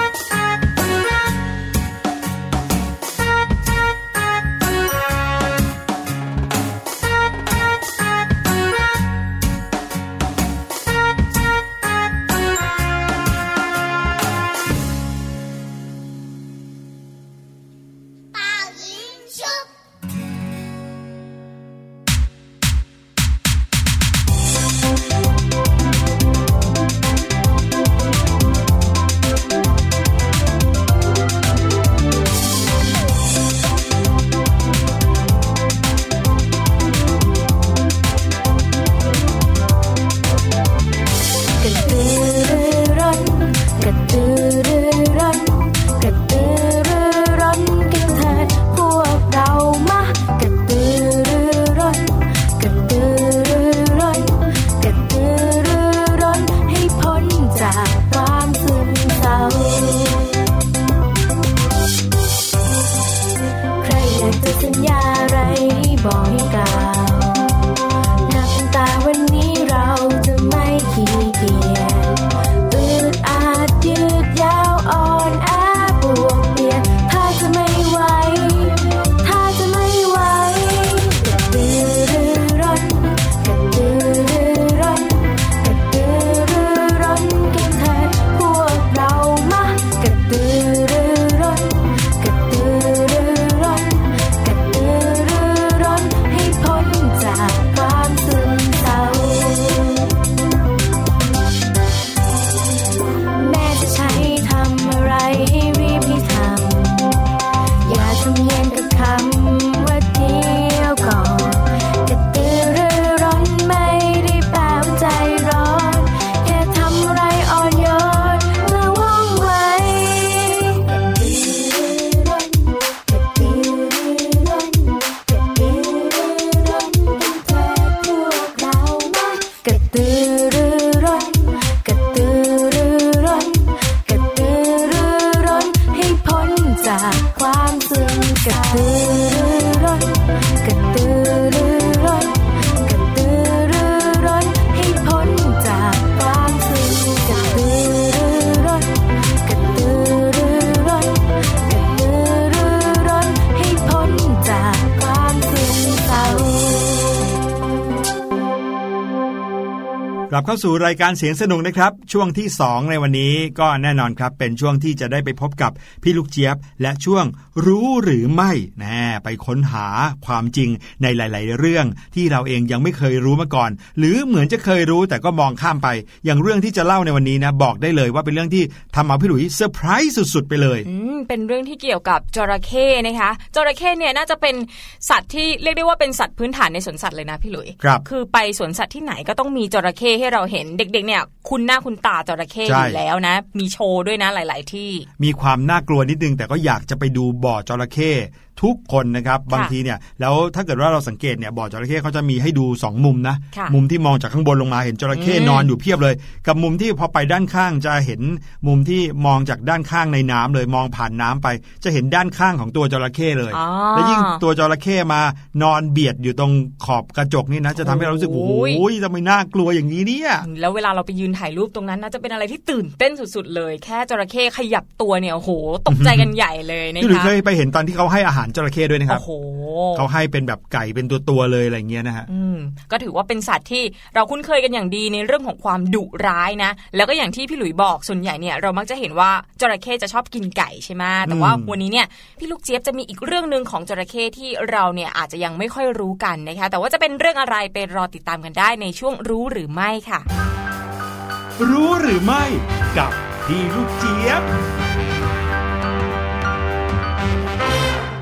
กลับเข้าสู่รายการเสียงสนุกนะครับช่วงที่สองในวันนี้ก็แน่นอนครับเป็นช่วงที่จะได้ไปพบกับพี่ลูกเจี๊ยบและช่วงรู้หรือไม่แน่ไปค้นหาความจริงในหลายๆเรื่องที่เราเองยังไม่เคยรู้มาก่อนหรือเหมือนจะเคยรู้แต่ก็มองข้ามไปอย่างเรื่องที่จะเล่าในวันนี้นะบอกได้เลยว่าเป็นเรื่องที่ทำเอาพี่หลุยเซอร์ไพรส์สุดๆไปเลยอืมเป็นเรื่องที่เกี่ยวกับจระเข้นะคะจระเข้เนี่ยน่าจะเป็นสัตว์ที่เรียกได้ว่าเป็นสัตว์พื้นฐานในสวนสัตว์เลยนะพี่หลุยครับคือไปสวนสัตว์ที่ไหนก็ต้องมีจระเข้ให้เราเห็นเด็กๆเนี่ยคุณหน้าคุณตาจระเข้อยู่แล้วนะมีโชว์ด้วยนะหลายๆที่มีความน่ากลัวนิดนึงแต่ก็อยากจะไปดูบ่อจระเข้ทุกคนนะครับบางทีเนี่ยแล้วถ้าเกิดว่าเราสังเกตเนี่ยบ่อจระเข้เขาจะมีให้ดูสองมุมนะมุมที่มองจากข้างบนลงมาเห็นจระเข้นอนอยู่เพียบเลยกับมุมที่พอไปด้านข้างจะเห็นมุมที่มองจากด้านข้างในน้ำเลยมองผ่านน้ำไปจะเห็นด้านข้างของตัวจระเข้เลยและยิ่งตัวจระเข้มานอนเบียดอยู่ตรงขอบกระจกนี่นะจะทำให้เรารู้สึกโอ้ยทำไมน่ากลัวอย่างนี้เนี่ยแล้วเวลาเราไปยืนถ่ายรูปตรงนั้นน่าจะเป็นอะไรที่ตื่นเต้นสุดๆเลยแค่จระเข้ขยับตัวเนี่ยโอ้โหตกใจกันใหญ่เลยนะคะพี่หลุยเคยไปเห็นตอนที่เขาให้อาหารจระเข้ด้วยนะครับเขาให้เป็นแบบไก่เป็นตัวๆเลยอะไรเงี้ยนะฮะก็ถือว่าเป็นสัตว์ที่เราคุ้นเคยกันอย่างดีในเรื่องของความดุร้ายนะแล้วก็อย่างที่พี่หลุยบอกส่วนใหญ่เนี่ยเรามักจะเห็นว่าจระเข้จะชอบกินไก่ใช่ไหมแต่ว่าวันนี้เนี่ยพี่ลูกเจี๊ยบจะมีอีกเรื่องนึงของจระเข้ที่เราเนี่ยอาจจะยังไม่ค่อยรู้กันนะคะแต่ว่าจะเป็นเรื่องอะไรไปรอติดตามกันได้ในช่วงรู้หรือไม่ค่ะรู้หรือไม่กับพี่ลูกเจี๊ยบ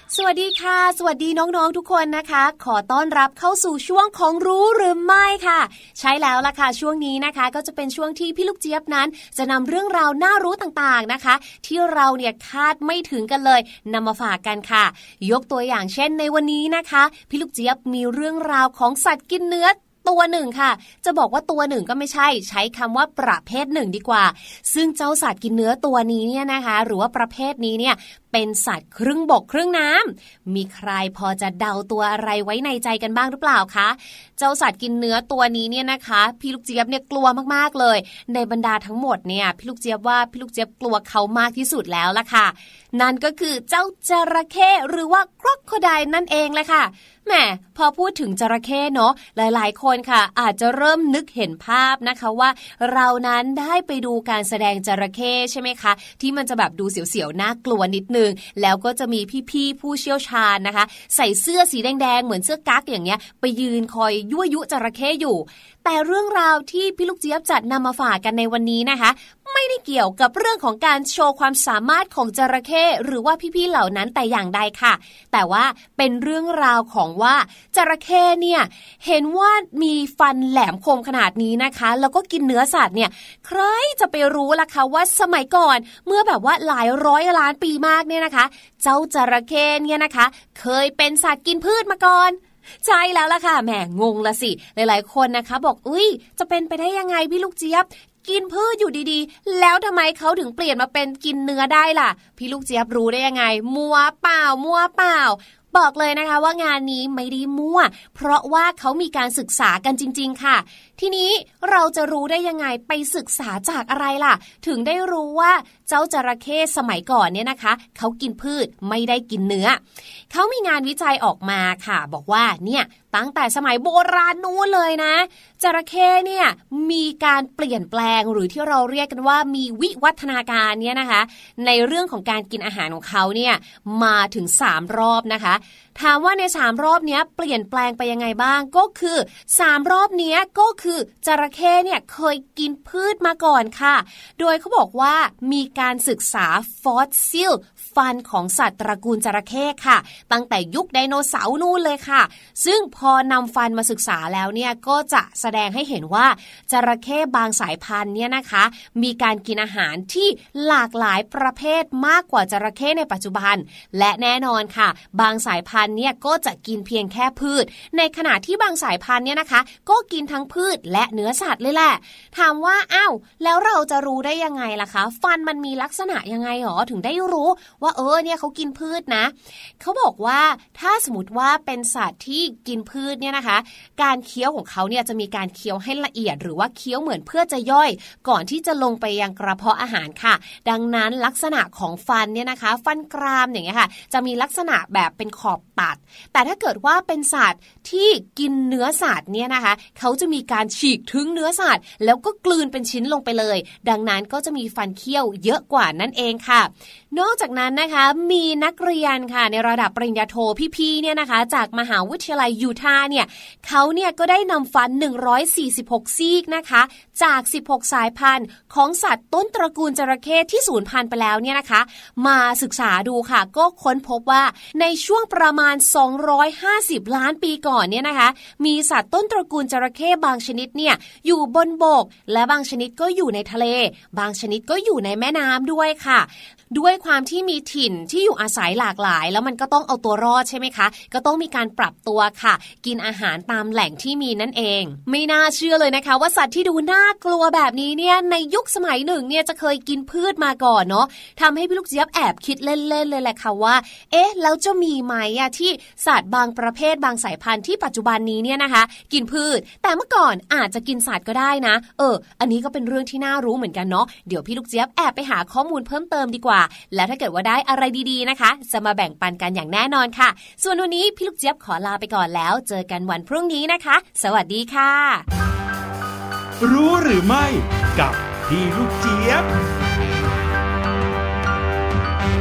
สวัสดีค่ะสวัสดีน้องๆทุกคนนะคะขอต้อนรับเข้าสู่ช่วงของรู้หรือไม่ค่ะใช่แล้วล่ะค่ะช่วงนี้นะคะก็จะเป็นช่วงที่พี่ลูกเจี๊ยบนั้นจะนำเรื่องราวน่ารู้ต่างๆนะคะที่เราเนี่ยคาดไม่ถึงกันเลยนำมาฝากกันค่ะยกตัวอย่างเช่นในวันนี้นะคะพี่ลูกเจี๊ยบมีเรื่องราวของสัตว์กินเนื้อตัวหนึ่งค่ะจะบอกว่าตัวหนึ่งก็ไม่ใช่ใช้คำว่าประเภทหนึ่งดีกว่าซึ่งเจ้าสัตว์กินเนื้อตัวนี้เนี่ยนะคะหรือว่าประเภทนี้เนี่ยเป็นสัตว์ครึ่งบกครึ่งน้ำมีใครพอจะเดาตัวอะไรไว้ในใจกันบ้างหรือเปล่าคะเจ้าสัตว์กินเนื้อตัวนี้เนี่ยนะคะพี่ลูกเจี๊ยบเนี่ยกลัวมากๆเลยในบรรดาทั้งหมดเนี่ยพี่ลูกเจี๊ยบว่าพี่ลูกเจี๊ยบกลัวเขามากที่สุดแล้วล่ะค่ะนั่นก็คือเจ้าจระเข้หรือว่าครอโคไดล์นั่นเองเลยค่ะแหมพอพูดถึงจระเข้เนาะหลายๆคนค่ะอาจจะเริ่มนึกเห็นภาพนะคะว่าเรานั้นได้ไปดูการแสดงจระเข้ใช่ไหมคะที่มันจะแบบดูเสียวๆน่ากลัวนิดนึงแล้วก็จะมีพี่ๆผู้เชี่ยวชาญนะคะใส่เสื้อสีแดงๆเหมือนเสื้อกั๊กอย่างเงี้ยไปยืนคอยยั่วยุจระเข้อยู่แต่เรื่องราวที่พี่ลูกเจี๊ยบจัดนำมาฝากกันในวันนี้นะคะไม่ได้เกี่ยวกับเรื่องของการโชว์ความสามารถของจระเข้หรือว่าพี่ๆเหล่านั้นแต่อย่างใดค่ะแต่ว่าเป็นเรื่องราวของว่าจระเข้เนี่ยเห็นว่ามีฟันแหลมคมขนาดนี้นะคะแล้วก็กินเนื้อสัตว์เนี่ยใครจะไปรู้ล่ะคะว่าสมัยก่อนเมื่อแบบว่าหลายร้อยล้านปีมากเนี่ยนะคะเจ้าจระเข้เนี่ยนะคะเคยเป็นสัตว์กินพืชมาก่อนใช่แล้วล่ะค่ะแหมงงละสิหลายๆคนนะคะบอกอุ้ยจะเป็นไปได้ยังไงพี่ลูกเจี๊ยบกินพืชอยู่ดีๆแล้วทำไมเขาถึงเปลี่ยนมาเป็นกินเนื้อได้ล่ะพี่ลูกเจี๊ยบรู้ได้ยังไงมัวเปล่ามัวเปล่าบอกเลยนะคะว่างานนี้ไม่ได้มั่วเพราะว่าเขามีการศึกษากันจริงๆค่ะทีนี้เราจะรู้ได้ยังไงไปศึกษาจากอะไรล่ะถึงได้รู้ว่าเจ้าจระเข้สมัยก่อนเนี่ยนะคะเขากินพืชไม่ได้กินเนื้อเขามีงานวิจัยออกมาค่ะบอกว่าเนี่ยตั้งแต่สมัยโบราณนู้นเลยนะจระเข้เนี่ยมีการเปลี่ยนแปลงหรือที่เราเรียกกันว่ามีวิวัฒนาการเนี่ยนะคะในเรื่องของการกินอาหารของเขาเนี่ยมาถึงสามรอบนะคะถามว่าในสามรอบนี้เปลี่ยนแปลงไปยังไงบ้างก็คือสามรอบนี้ก็คือจระเข้เนี่ยเคยกินพืชมาก่อนค่ะโดยเขาบอกว่ามีการศึกษาฟอสซิลฟันของสัตว์ตระกูลจระเข้ค่ะตั้งแต่ยุคไดโนเสาร์นู่นเลยค่ะซึ่งพอนำฟันมาศึกษาแล้วเนี่ยก็จะแสดงให้เห็นว่าจระเข้บางสายพันธุ์เนี่ยนะคะมีการกินอาหารที่หลากหลายประเภทมากกว่าจระเข้ในปัจจุบันและแน่นอนค่ะบางสายพันธุ์เนี่ยก็จะกินเพียงแค่พืชในขณะที่บางสายพันธุ์เนี่ยนะคะก็กินทั้งพืชและเนื้อสัตว์เลยแหละถามว่าอ้าวแล้วเราจะรู้ได้ยังไงล่ะคะฟันมันมีลักษณะยังไงหรอถึงได้รู้ว่าเออเนี่ยเขากินพืชนะเขาบอกว่าถ้าสมมติว่าเป็นสัตว์ที่กินพืชเนี่ยนะคะการเคี้ยวของเขาเนี่ยจะมีการเคี้ยวให้ละเอียดหรือว่าเคี้ยวเหมือนเพื่อจะย่อยก่อนที่จะลงไปยังกระเพาะอาหารค่ะดังนั้นลักษณะของฟันเนี่ยนะคะฟันกรามอย่างเงี้ยค่ะจะมีลักษณะแบบเป็นขอบตัดแต่ถ้าเกิดว่าเป็นสัตว์ที่กินเนื้อสัตว์เนี่ยนะคะเขาจะมีการฉีกถึงเนื้อสัตว์แล้วก็กลืนเป็นชิ้นลงไปเลยดังนั้นก็จะมีฟันเคี้ยวเยอะกว่านั่นเองค่ะนอกจากนั้นนะคะมีนักเรียนค่ะในระดับปริญญาโทพี่ๆเนี่ยนะคะจากมหาวิทยาลัยยูทาห์เนี่ยเขาเนี่ยก็ได้นำฟันหนึ่งร้อยสี่สิบหกซี่นะคะจากสิบหกสายพันธุ์ของสัตว์ต้นตระกูลจระเข้ที่สูญพันธุ์ไปแล้วเนี่ยนะคะมาศึกษาดูค่ะก็ค้นพบว่าในช่วงประมาณสองร้อยห้าสิบล้านปีก่อนเนี่ยนะคะมีสัตว์ต้นตระกูลจระเข้บางชนิดเนี่ยอยู่บนบกและบางชนิดก็อยู่ในทะเลบางชนิดก็อยู่ในแม่น้ำด้วยค่ะด้วยความที่มีถิ่นที่อยู่อาศัยหลากหลายแล้วมันก็ต้องเอาตัวรอดใช่ไหมคะก็ต้องมีการปรับตัวค่ะกินอาหารตามแหล่งที่มีนั่นเองไม่น่าเชื่อเลยนะคะว่าสัตว์ที่ดูน่ากลัวแบบนี้เนี่ยในยุคสมัยหนึ่งเนี่ยจะเคยกินพืชมาก่อนเนาะทำให้พี่ลูกเจี๊ยบแอบคิดเล่นๆเลยแหละค่ะว่าเอ๊ะแล้วจะมีไหมอะที่สัตว์บางประเภทบางสายพันธุ์ที่ปัจจุบันนี้เนี่ยนะคะกินพืชแต่เมื่อก่อนอาจจะกินสัตว์ก็ได้นะเอออันนี้ก็เป็นเรื่องที่น่ารู้เหมือนกันเนาะเดี๋ยวพี่ลูกเจี๊ยบแอบไปหาข้อมูลเพิ่มเติมดีกว่าแล้วถ้าเกิดว่าได้อะไรดีๆนะคะจะมาแบ่งปันกันอย่างแน่นอนค่ะส่วนวันนี้พี่ลูกเจี๊ยบขอลาไปก่อนแล้วเจอกันวันพรุ่งนี้นะคะสวัสดีค่ะรู้หรือไม่กับพี่ลูกเจี๊ยบ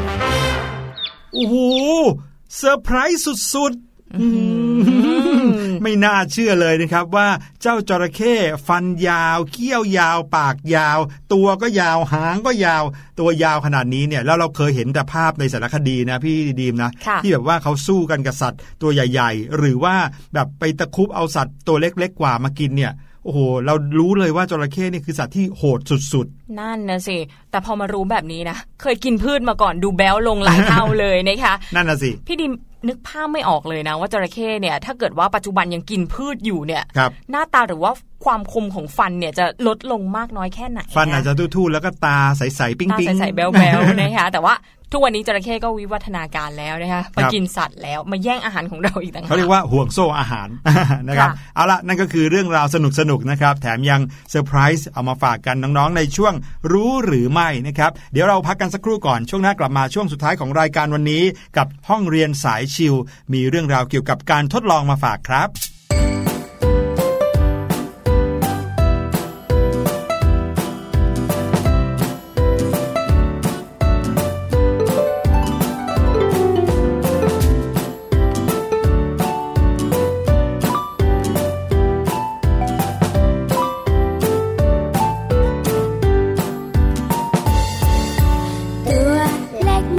โอ้โหเซอร์ไพรส์สุดๆไม่น่าเชื่อเลยนะครับว่าเจ้าจระเข้ฟันยาวเขี้ยวยาวปากยาวตัวก็ยาวหางก็ยาวตัวยาวขนาดนี้เนี่ยแล้วเราเคยเห็นแต่ภาพในสารคดีนะพี่ดีมนะที่แบบว่าเขาสู้กันกับสัตว์ตัวใหญ่ๆหรือว่าแบบไปตะคุบเอาสัตว์ตัวเล็กๆกว่ามากินเนี่ยโอ้โหเรารู้เลยว่าจระเข้นี่คือสัตว์ที่โหดสุดๆนั่นนะสิแต่พอมารู้แบบนี้นะเคยกินพืชมาก่อนดูแบ้วลงหลายเท่าเลยนะคะนั่นน่ะสิพี่ดิมนึกภาพไม่ออกเลยนะว่าจระเข้เนี่ยถ้าเกิดว่าปัจจุบันยังกินพืชอยู่เนี่ยหน้าตาหรือว่าความคมของฟันเนี่ยจะลดลงมากน้อยแค่ไหนฟันอาจจะทู่ๆแล้วก็ตาใสๆปิ๊งๆตาใสๆแบ๊วๆนะคะแต่ว่าทุกวันนี้จระเข้ก็วิวัฒนาการแล้วนะคะมากินสัตว์แล้วมาแย่งอาหารของเราอีกต่างหากเขาเรียกว่าห่วงโซ่อาหารนะครับเอาละนั่นก็คือเรื่องราวสนุกๆนะครับแถมยังเซอร์ไพรส์เอามาฝากกันน้องๆในช่วงรู้หรือไม่นะครับเดี๋ยวเราพักกันสักครู่ก่อนช่วงหน้ากลับมาช่วงสุดท้ายของรายการวันนี้กับห้องเรียนสายชิลมีเรื่องราวเกี่ยวกับการทดลองมาฝากครับ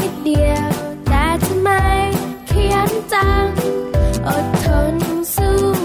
อดทนสู้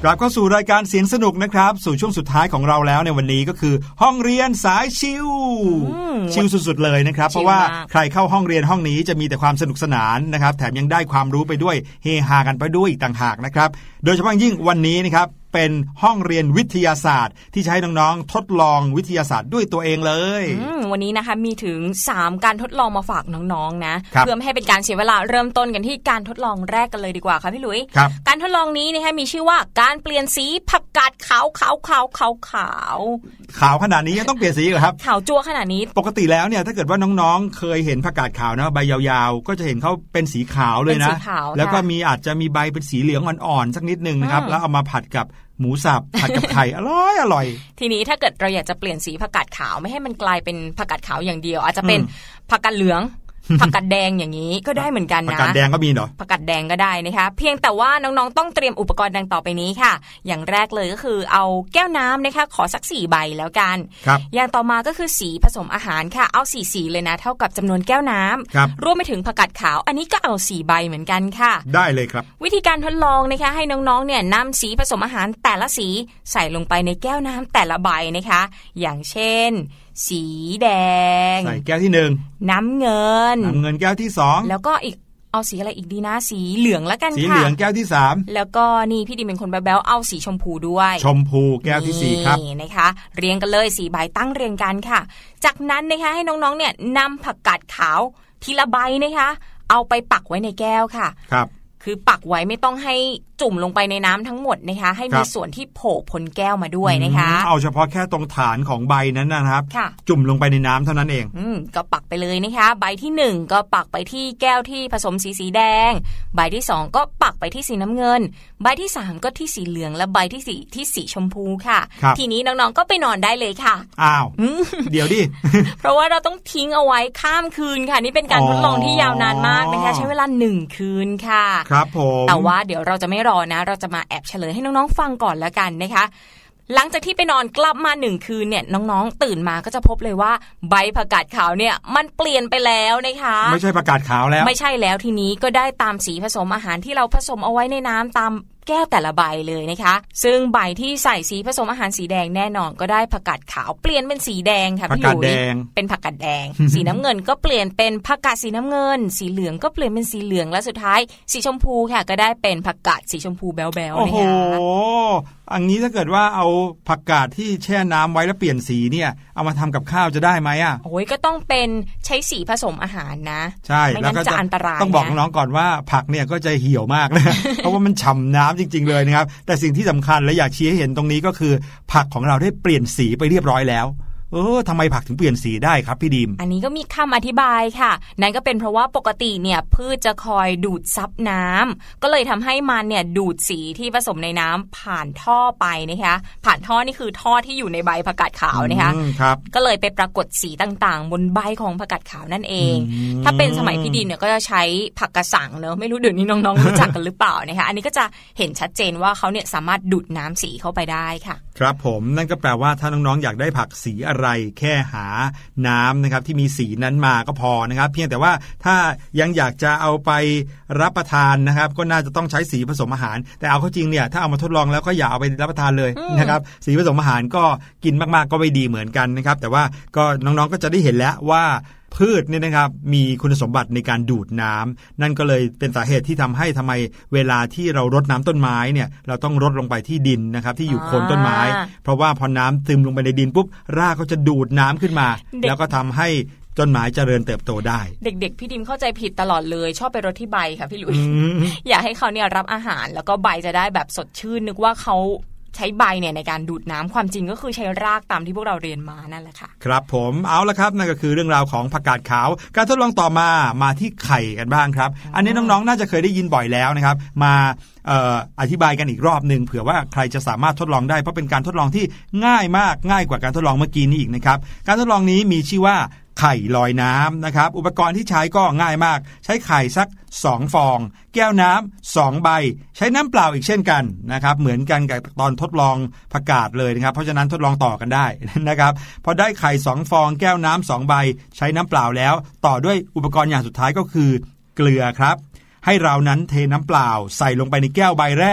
กลับเข้าสู่รายการเสียงสนุกนะครับสู่ช่วงสุดท้ายของเราแล้วในวันนี้ก็คือห้องเรียนสายชิลชิลสุดๆเลยนะครับเพราะว่าใครเข้าห้องเรียนห้องนี้จะมีแต่ความสนุกสนานนะครับแถมยังได้ความรู้ไปด้วยเฮฮากันไปด้วยอีกต่างหากนะครับโดยเฉพาะยิ่งวันนี้นะครับเป็นห้องเรียนวิทยาศาสตร์ที่จะให้น้องๆทดลองวิทยาศาสตร์ด้วยตัวเองเลยวันนี้นะคะมีถึงสามการทดลองมาฝากน้องๆนะเพื่อไม่ให้เป็นการเสียเวลาเริ่มต้นกันที่การทดลองแรกกันเลยดีกว่าค่ะพี่หลุยการทดลองนี้นะคะมีชื่อว่าการเปลี่ยนสีผักกาดขาวขาวขาวขาวขาวขาวขนาดนี้ยังต้องเปลี่ยนสีเหรอครับขาวจั่วขนาดนี้ปกติแล้วเนี่ยถ้าเกิดว่าน้องๆเคยเห็นผักกาดขาวนะใบยาวๆก็จะเห็นเขาเป็นสีขาวเลยนะแล้วก็มีอาจจะมีใบเป็นสีเหลืองอ่อนๆสักนิดนึงนะครับแล้วเอามาผัดกับหมูสับผัดกับไข่อร่อยอร่อยทีนี้ถ้าเกิดเราอยากจะเปลี่ยนสีผักกาดขาวไม่ให้มันกลายเป็นผักกาดขาวอย่างเดียวอาจจะเป็นผักกาดเหลืองผักกาดแดงอย่างนี้ก็ได้เหมือนกันนะผักกาดแดงก็มีเหรอผักกาดแดงก็ได้นะคะเพียงแต่ว่าน้องๆต้องเตรียมอุปกรณ์ดังต่อไปนี้ค่ะอย่างแรกเลยก็คือเอาแก้วน้ำนะคะขอสักสี่ใบแล้วกันอย่างต่อมาก็คือสีผสมอาหารค่ะเอาสี่สีเลยนะเท่ากับจำนวนแก้วน้ำรวมไปถึงผักกาดขาวอันนี้ก็เอาสี่ใบเหมือนกันค่ะได้เลยครับวิธีการทดลองนะคะให้น้องๆเนี่ยนำสีผสมอาหารแต่ละสีใส่ลงไปในแก้วน้ำแต่ละใบนะคะอย่างเช่นสีแดงใส่แก้วที่หนึ่งน้ำเงินน้ำเงินแก้วที่สองแล้วก็อีกเอาสีอะไรอีกดีนะสีเหลืองแล้วกันค่ะสีเหลืองแก้วที่สามแล้วก็นี่พี่ดิมเป็นคนแบ๊วๆเอาสีชมพูด้วยชมพูแก้วที่สี่ครับนี่นะคะเรียงกันเลยสี่ใบตั้งเรียงกันค่ะจากนั้นนะคะให้น้องๆเนี่ยนำผักกาดขาวทีละใบนะคะเอาไปปักไว้ในแก้วค่ะครับคือปักไว้ไม่ต้องให้จุ่มลงไปในน้ำทั้งหมดนะคะให้มีส่วนที่โผล่พ้นแก้วมาด้วยนะคะเอาเฉพาะแค่ตรงฐานของใบนั้นนะครับจุ่มลงไปในน้ำเท่านั้นเองอืมก็ปักไปเลยนะคะใบที่หนึ่งก็ปักไปที่แก้วที่ผสมสีสีแดงใบที่สองก็ปักไปที่สีน้ำเงินใบที่สามก็ที่สีเหลืองและใบที่สี่ที่สีชมพูค่ะทีนี้น้องๆก็ไปนอนได้เลยค่ะอ้าวเดี๋ยวดิเพราะว่าเราต้องทิ้งเอาไว้ข้ามคืนค่ะนี่เป็นการทดลองที่ยาวนานมากนะคะใช้เวลาหนึ่งคืนค่ะครับผมแต่ว่าเดี๋ยวเราจะไม่รอนะเราจะมาแอบเฉลยให้น้องๆฟังก่อนแล้วกันนะคะหลังจากที่ไปนอนกลับมาหนึ่งคืนเนี่ยน้องๆตื่นมาก็จะพบเลยว่าใบผักกาดขาวเนี่ยมันเปลี่ยนไปแล้วนะคะไม่ใช่ผักกาดขาวแล้วไม่ใช่แล้วทีนี้ก็ได้ตามสีผสมอาหารที่เราผสมเอาไว้ในน้ำตามแก้วแต่ละใบเลยนะคะซึ่งใบที่ใส่สีผสมอาหารสีแดงแน่นอนก็ได้ผักกาดขาวเปลี่ยนเป็นสีแดงค่ะพี่หลุยเป็นผักกาดแดง สีน้ำเงินก็เปลี่ยนเป็นผักกาดสีน้ำเงินสีเหลืองก็เปลี่ยนเป็นสีเหลืองและสุดท้ายสีชมพูค่ะก็ได้เป็นผักกาดสีชมพูแบ๊วๆนะคะโอ้โหอันนี้ถ้าเกิดว่าเอาผักกาดที่แช่น้ำไว้แล้วเปลี่ยนสีเนี่ยเอามาทำกับข้าวจะได้ไหมอ่ะโอ้ยก็ต้องเป็นใช้สีผสมอาหารนะใช่ไม่งั้นจะอันตรายต้องบอกน้องก่อนว่าผักเนี่ยก็จะเหี่ยวมากนะ เพราะว่ามันฉ่ำน้ำจริงๆเลยนะครับแต่สิ่งที่สำคัญและอยากชี้ให้เห็นตรงนี้ก็คือผักของเราได้เปลี่ยนสีไปเรียบร้อยแล้วเออทำไมผักถึงเปลี่ยนสีได้ครับพี่ดิมอันนี้ก็มีคำอธิบายค่ะนั่นก็เป็นเพราะว่าปกติเนี่ยพืชจะคอยดูดซับน้ำก็เลยทำให้มันเนี่ยดูดสีที่ผสมในน้ำผ่านท่อไปนะคะผ่านท่อนี่คือท่อที่อยู่ในใบผักกาดขาวนะคะก็เลยไปปรากฏสีต่างๆบนใบของผักกาดขาวนั่นเองถ้าเป็นสมัยพี่ดิมเนี่ยก็จะใช้ผักกระสังเนอะไม่รู้เดี๋ยวนี้น้องๆรู้จักกันหรือเปล่านะคะอันนี้ก็จะเห็นชัดเจนว่าเขาเนี่ยสามารถดูดน้ำสีเข้าไปได้ค่ะครับผมนั่นก็แปลว่าถ้าน้องๆอยากได้ผักสีอะไรแค่หาน้ำนะครับที่มีสีนั้นมาก็พอนะครับเพียงแต่ว่าถ้ายังอยากจะเอาไปรับประทานนะครับก็น่าจะต้องใช้สีผสมอาหารแต่เอาเข้าจริงเนี่ยถ้าเอามาทดลองแล้วก็อย่าเอาไปรับประทานเลยนะครับสีผสมอาหารก็กินมากๆก็ไม่ดีเหมือนกันนะครับแต่ว่าก็น้องๆก็จะได้เห็นแล้วว่าพืชเนี่ยนะครับมีคุณสมบัติในการดูดน้ำนั่นก็เลยเป็นสาเหตุที่ทำให้ทำไมเวลาที่เรารดน้ำต้นไม้เนี่ยเราต้องรดลงไปที่ดินนะครับที่อยู่โคนต้นไม้เพราะว่าพอน้ำซึมลงไปในดินปุ๊บรากก็จะดูดน้ำขึ้นมาแล้วก็ทำให้ต้นไม้เจริญเติบโตได้เด็กๆพี่ดิมเข้าใจผิดตลอดเลยชอบไปรดที่ใบค่ะพี่หลุย อยากให้เขาเนี่ยรับอาหารแล้วก็ใบจะได้แบบสดชื่นนึกว่าเขาใช้ใบเนี่ยในการดูดน้ำความจริงก็คือใช้รากตามที่พวกเราเรียนมานั่นแหละค่ะครับผมเอาละครับนั่นก็คือเรื่องราวของผักกาดขาวการทดลองต่อมามาที่ไข่กันบ้างครับอันนี้น้องๆน่าจะเคยได้ยินบ่อยแล้วนะครับมาเอ่ออธิบายกันอีกรอบนึงเผื่อว่าใครจะสามารถทดลองได้เพราะเป็นการทดลองที่ง่ายมากง่ายกว่าการทดลองเมื่อกี้นี้อีกนะครับการทดลองนี้มีชื่อว่าไข่ลอยน้ำนะครับอุปกรณ์ที่ใช้ก็ง่ายมากใช้ไข่สักสองฟองแก้วน้ำสองใบใช้น้ำเปล่าอีกเช่นกันนะครับเหมือนกันกับตอนทดลองผักกาดเลยนะครับเพราะฉะนั้นทดลองต่อกันได้นะครับพอได้ไข่สองฟองแก้วน้ำสองใบใช้น้ำเปล่าแล้วต่อด้วยอุปกรณ์อย่างสุดท้ายก็คือเกลือครับให้เรานั้นเทน้ำเปล่าใส่ลงไปในแก้วใบแรก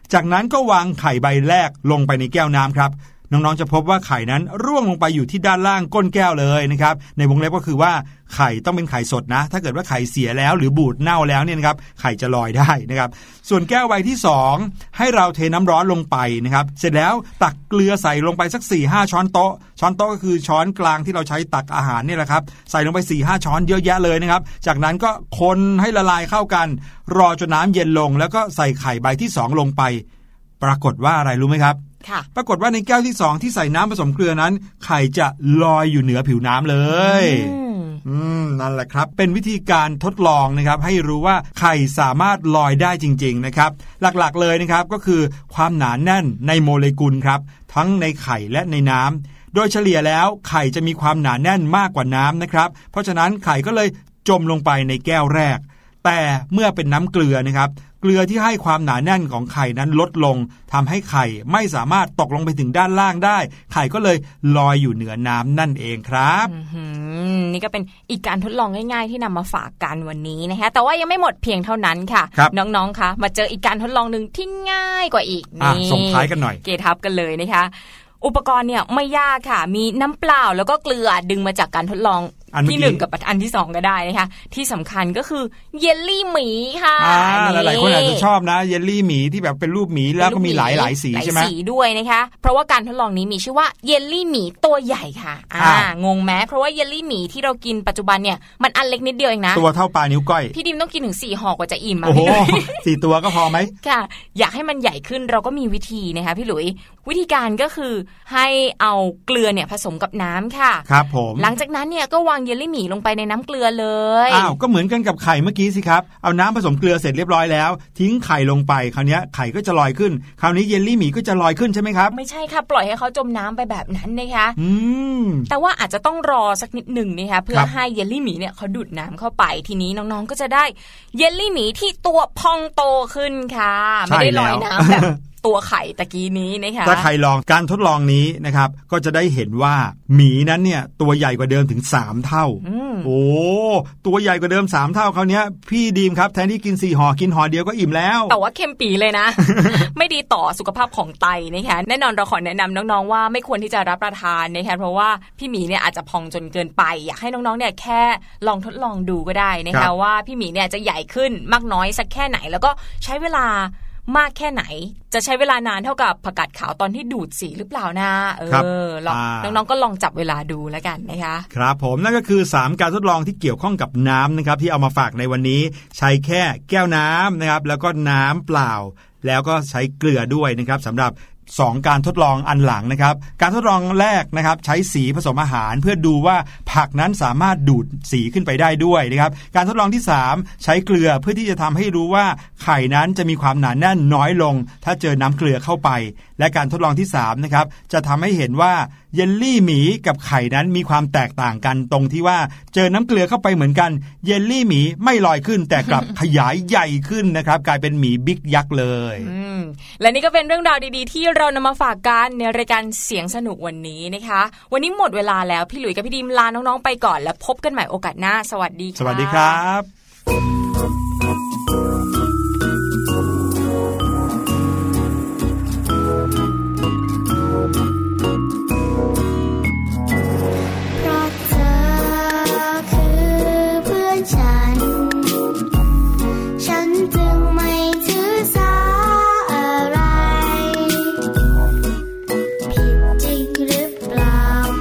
จากนั้นก็วางไข่ใบแรกลงไปในแก้วน้ำครับน้องๆจะพบว่าไข่นั้นร่วงลงไปอยู่ที่ด้านล่างก้นแก้วเลยนะครับในวงเล็บก็คือว่าไข่ต้องเป็นไข่สดนะถ้าเกิดว่าไข่เสียแล้วหรือบูดเน่าแล้วเนี่ยนะครับไข่จะลอยได้นะครับส่วนแก้วใบที่สองให้เราเทน้ำร้อนลงไปนะครับเสร็จแล้วตักเกลือใส่ลงไปสัก สี่ห้า ช้อนโต๊ะช้อนโต๊ะก็คือช้อนกลางที่เราใช้ตักอาหารนี่แหละครับใส่ลงไป สี่ห้า ช้อนเยอะแยะเลยนะครับจากนั้นก็คนให้ละลายเข้ากันรอจนน้ำเย็นลงแล้วก็ใส่ไข่ใบที่สองลงไปปรากฏว่าอะไรรู้ไหมครับปรากฏว่าในแก้วที่สองที่ใส่น้ำผสมเกลือนั้นไข่จะลอยอยู่เหนือผิวน้ำเลยอืมนั่นแหละครับเป็นวิธีการทดลองนะครับให้รู้ว่าไข่สามารถลอยได้จริงๆนะครับหลักๆเลยนะครับก็คือความหนาแน่นในโมเลกุลครับทั้งในไข่และในน้ำโดยเฉลี่ยแล้วไข่จะมีความหนาแน่นมากกว่าน้ำนะครับเพราะฉะนั้นไข่ก็เลยจมลงไปในแก้วแรกแต่เมื่อเป็นน้ำเกลือนะครับเกลือที่ให้ความหนาแน่นของไข่นั้นลดลงทำให้ไข่ไม่สามารถตกลงไปถึงด้านล่างได้ไข่ก็เลยลอยอยู่เหนือน้ำนั่นเองครับนี่ก็เป็นอีกการทดลองง่ายๆที่นำมาฝากกันวันนี้นะคะแต่ว่ายังไม่หมดเพียงเท่านั้นค่ะน้องๆคะมาเจออีกการทดลองนึงที่ง่ายกว่าอีกนี่ส่งท้ายกันหน่อยเกทับกันเลยนะคะอุปกรณ์เนี่ยไม่ยากค่ะมีน้ำเปล่าแล้วก็เกลือดึงมาจากการทดลองที่หนึ่งกับอันที่สองก็ได้นะคะที่สำคัญก็คือเยลลี่หมีค่ะหลายๆคนอาจจะชอบนะเยลลี่หมีที่แบบเป็นรูปหมีแล้วก็มีหลายหลายสีใช่ไหมสีด้วยนะคะเพราะว่าการทดลองนี้มีชื่อว่าเยลลี่หมีตัวใหญ่ค่ะอ่างงไหมเพราะว่าเยลลี่หมีที่เรากินปัจจุบันเนี่ยมันอันเล็กนิดเดียวเองนะตัวเท่าปลานิ้วก้อยพี่ดิมต้องกินถึงสี่ห่อกว่าจะอิ่มอ่ะโอ้โหสี่ตัวก็พอไหมค่ะอยากให้มันใหญ่ขึ้นเราก็มีวิธีนะคะพี่หลุยวิธีการก็คือให้เอาเกลือเนี่ยผสมกับน้ำค่ะครับผมหลังจากนั้นเนี่ยก็วางเยลลี่หมีลงไปในน้ำเกลือเลยอ้าวก็เหมือนกันกับไข่เมื่อกี้สิครับเอาน้ำผสมเกลือเสร็จเรียบร้อยแล้วทิ้งไข่ลงไปคราวนี้ไข่ก็จะลอยขึ้นคราวนี้เยลลี่หมีก็จะลอยขึ้นใช่ไหมครับไม่ใช่ค่ะปล่อยให้เขาจมน้ำไปแบบนั้นนะคะอืมแต่ว่าอาจจะต้องรอสักนิดหนึ่งนะคะเพื่อให้เยลลี่หมีเนี่ยเขาดูดน้ำเข้าไปทีนี้น้องๆก็จะได้เยลลี่หมีที่ตัวพองโตขึ้นค่ะไม่ได้ลอยน้ำแบบตัวไข่ตะกี้นี้นะคะถ้าใครลองการทดลองนี้นะครับก็จะได้เห็นว่าหมีนั้นเนี่ยตัวใหญ่กว่าเดิมถึงสามเท่าโอ้ตัวใหญ่กว่าเดิมสามเท่าคราวนี้พี่ดีมครับแทนที่กินสี่ห่อกินห่อเดียวก็อิ่มแล้วแต่ว่าเค็มปีเลยนะ ไม่ดีต่อสุขภาพของไตนะคะแน่นอนเราขอแนะนำน้องๆว่าไม่ควรที่จะรับประทานนะคะเพราะว่าพี่หมีเนี่ยอาจจะพองจนเกินไปอยากให้น้องๆเนี่ยแค่ลองทดลองดูก็ได้นะคะว่าพี่หมีเนี่ยจะใหญ่ขึ้นมากน้อยสักแค่ไหนแล้วก็ใช้เวลามากแค่ไหนจะใช้เวลานานเท่ากับผักกาดขาวตอนที่ดูดสีหรือเปล่านะเออลองน้องๆก็ลองจับเวลาดูแล้วกันนะคะครับผมนั่นก็คือสามการทดลองที่เกี่ยวข้องกับน้ำนะครับที่เอามาฝากในวันนี้ใช้แค่แก้วน้ำนะครับแล้วก็น้ำเปล่าแล้วก็ใช้เกลือด้วยนะครับสำหรับสองการทดลองอันหลังนะครับการทดลองแรกนะครับใช้สีผสมอาหารเพื่อดูว่าผักนั้นสามารถดูดสีขึ้นไปได้ด้วยนะครับการทดลองที่สามใช้เกลือเพื่อที่จะทำให้รู้ว่าไข่นั้นจะมีความหนาแน่นน้อยลงถ้าเจอน้ำเกลือเข้าไปและการทดลองที่สามนะครับจะทำให้เห็นว่าเยลลี่หมีกับไข่นั้นมีความแตกต่างกันตรงที่ว่าเจอน้ำเกลือเข้าไปเหมือนกันเยลลี่หมีไม่ลอยขึ้นแต่กลับ ขยายใหญ่ขึ้นนะครับกลายเป็นหมีบิ๊กยักษ์เลยและนี่ก็เป็นเรื่องราวดีๆที่เรานำมาฝากกันในรายการเสียงสนุกวันนี้นะคะวันนี้หมดเวลาแล้วพี่หลุยส์กับพี่ดิมลาน้องๆไปก่อนแล้วพบกันใหม่โอกาสหน้าสวัสดีค่ะสวัสดีครับ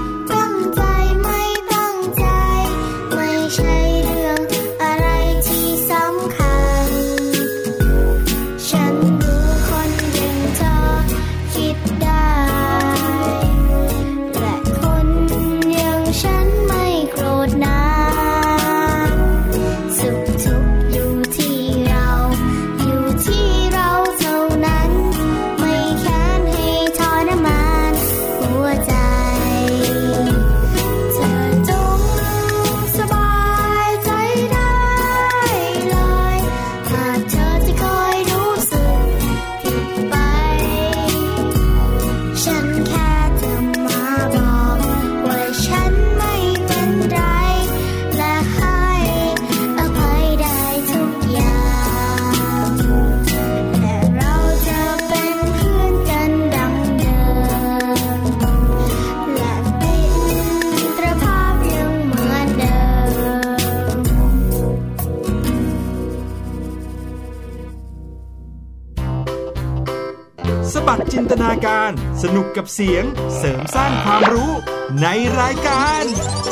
ที่นตนาการสนุกกับเสียงเสริมสร้างความรู้ในรายการ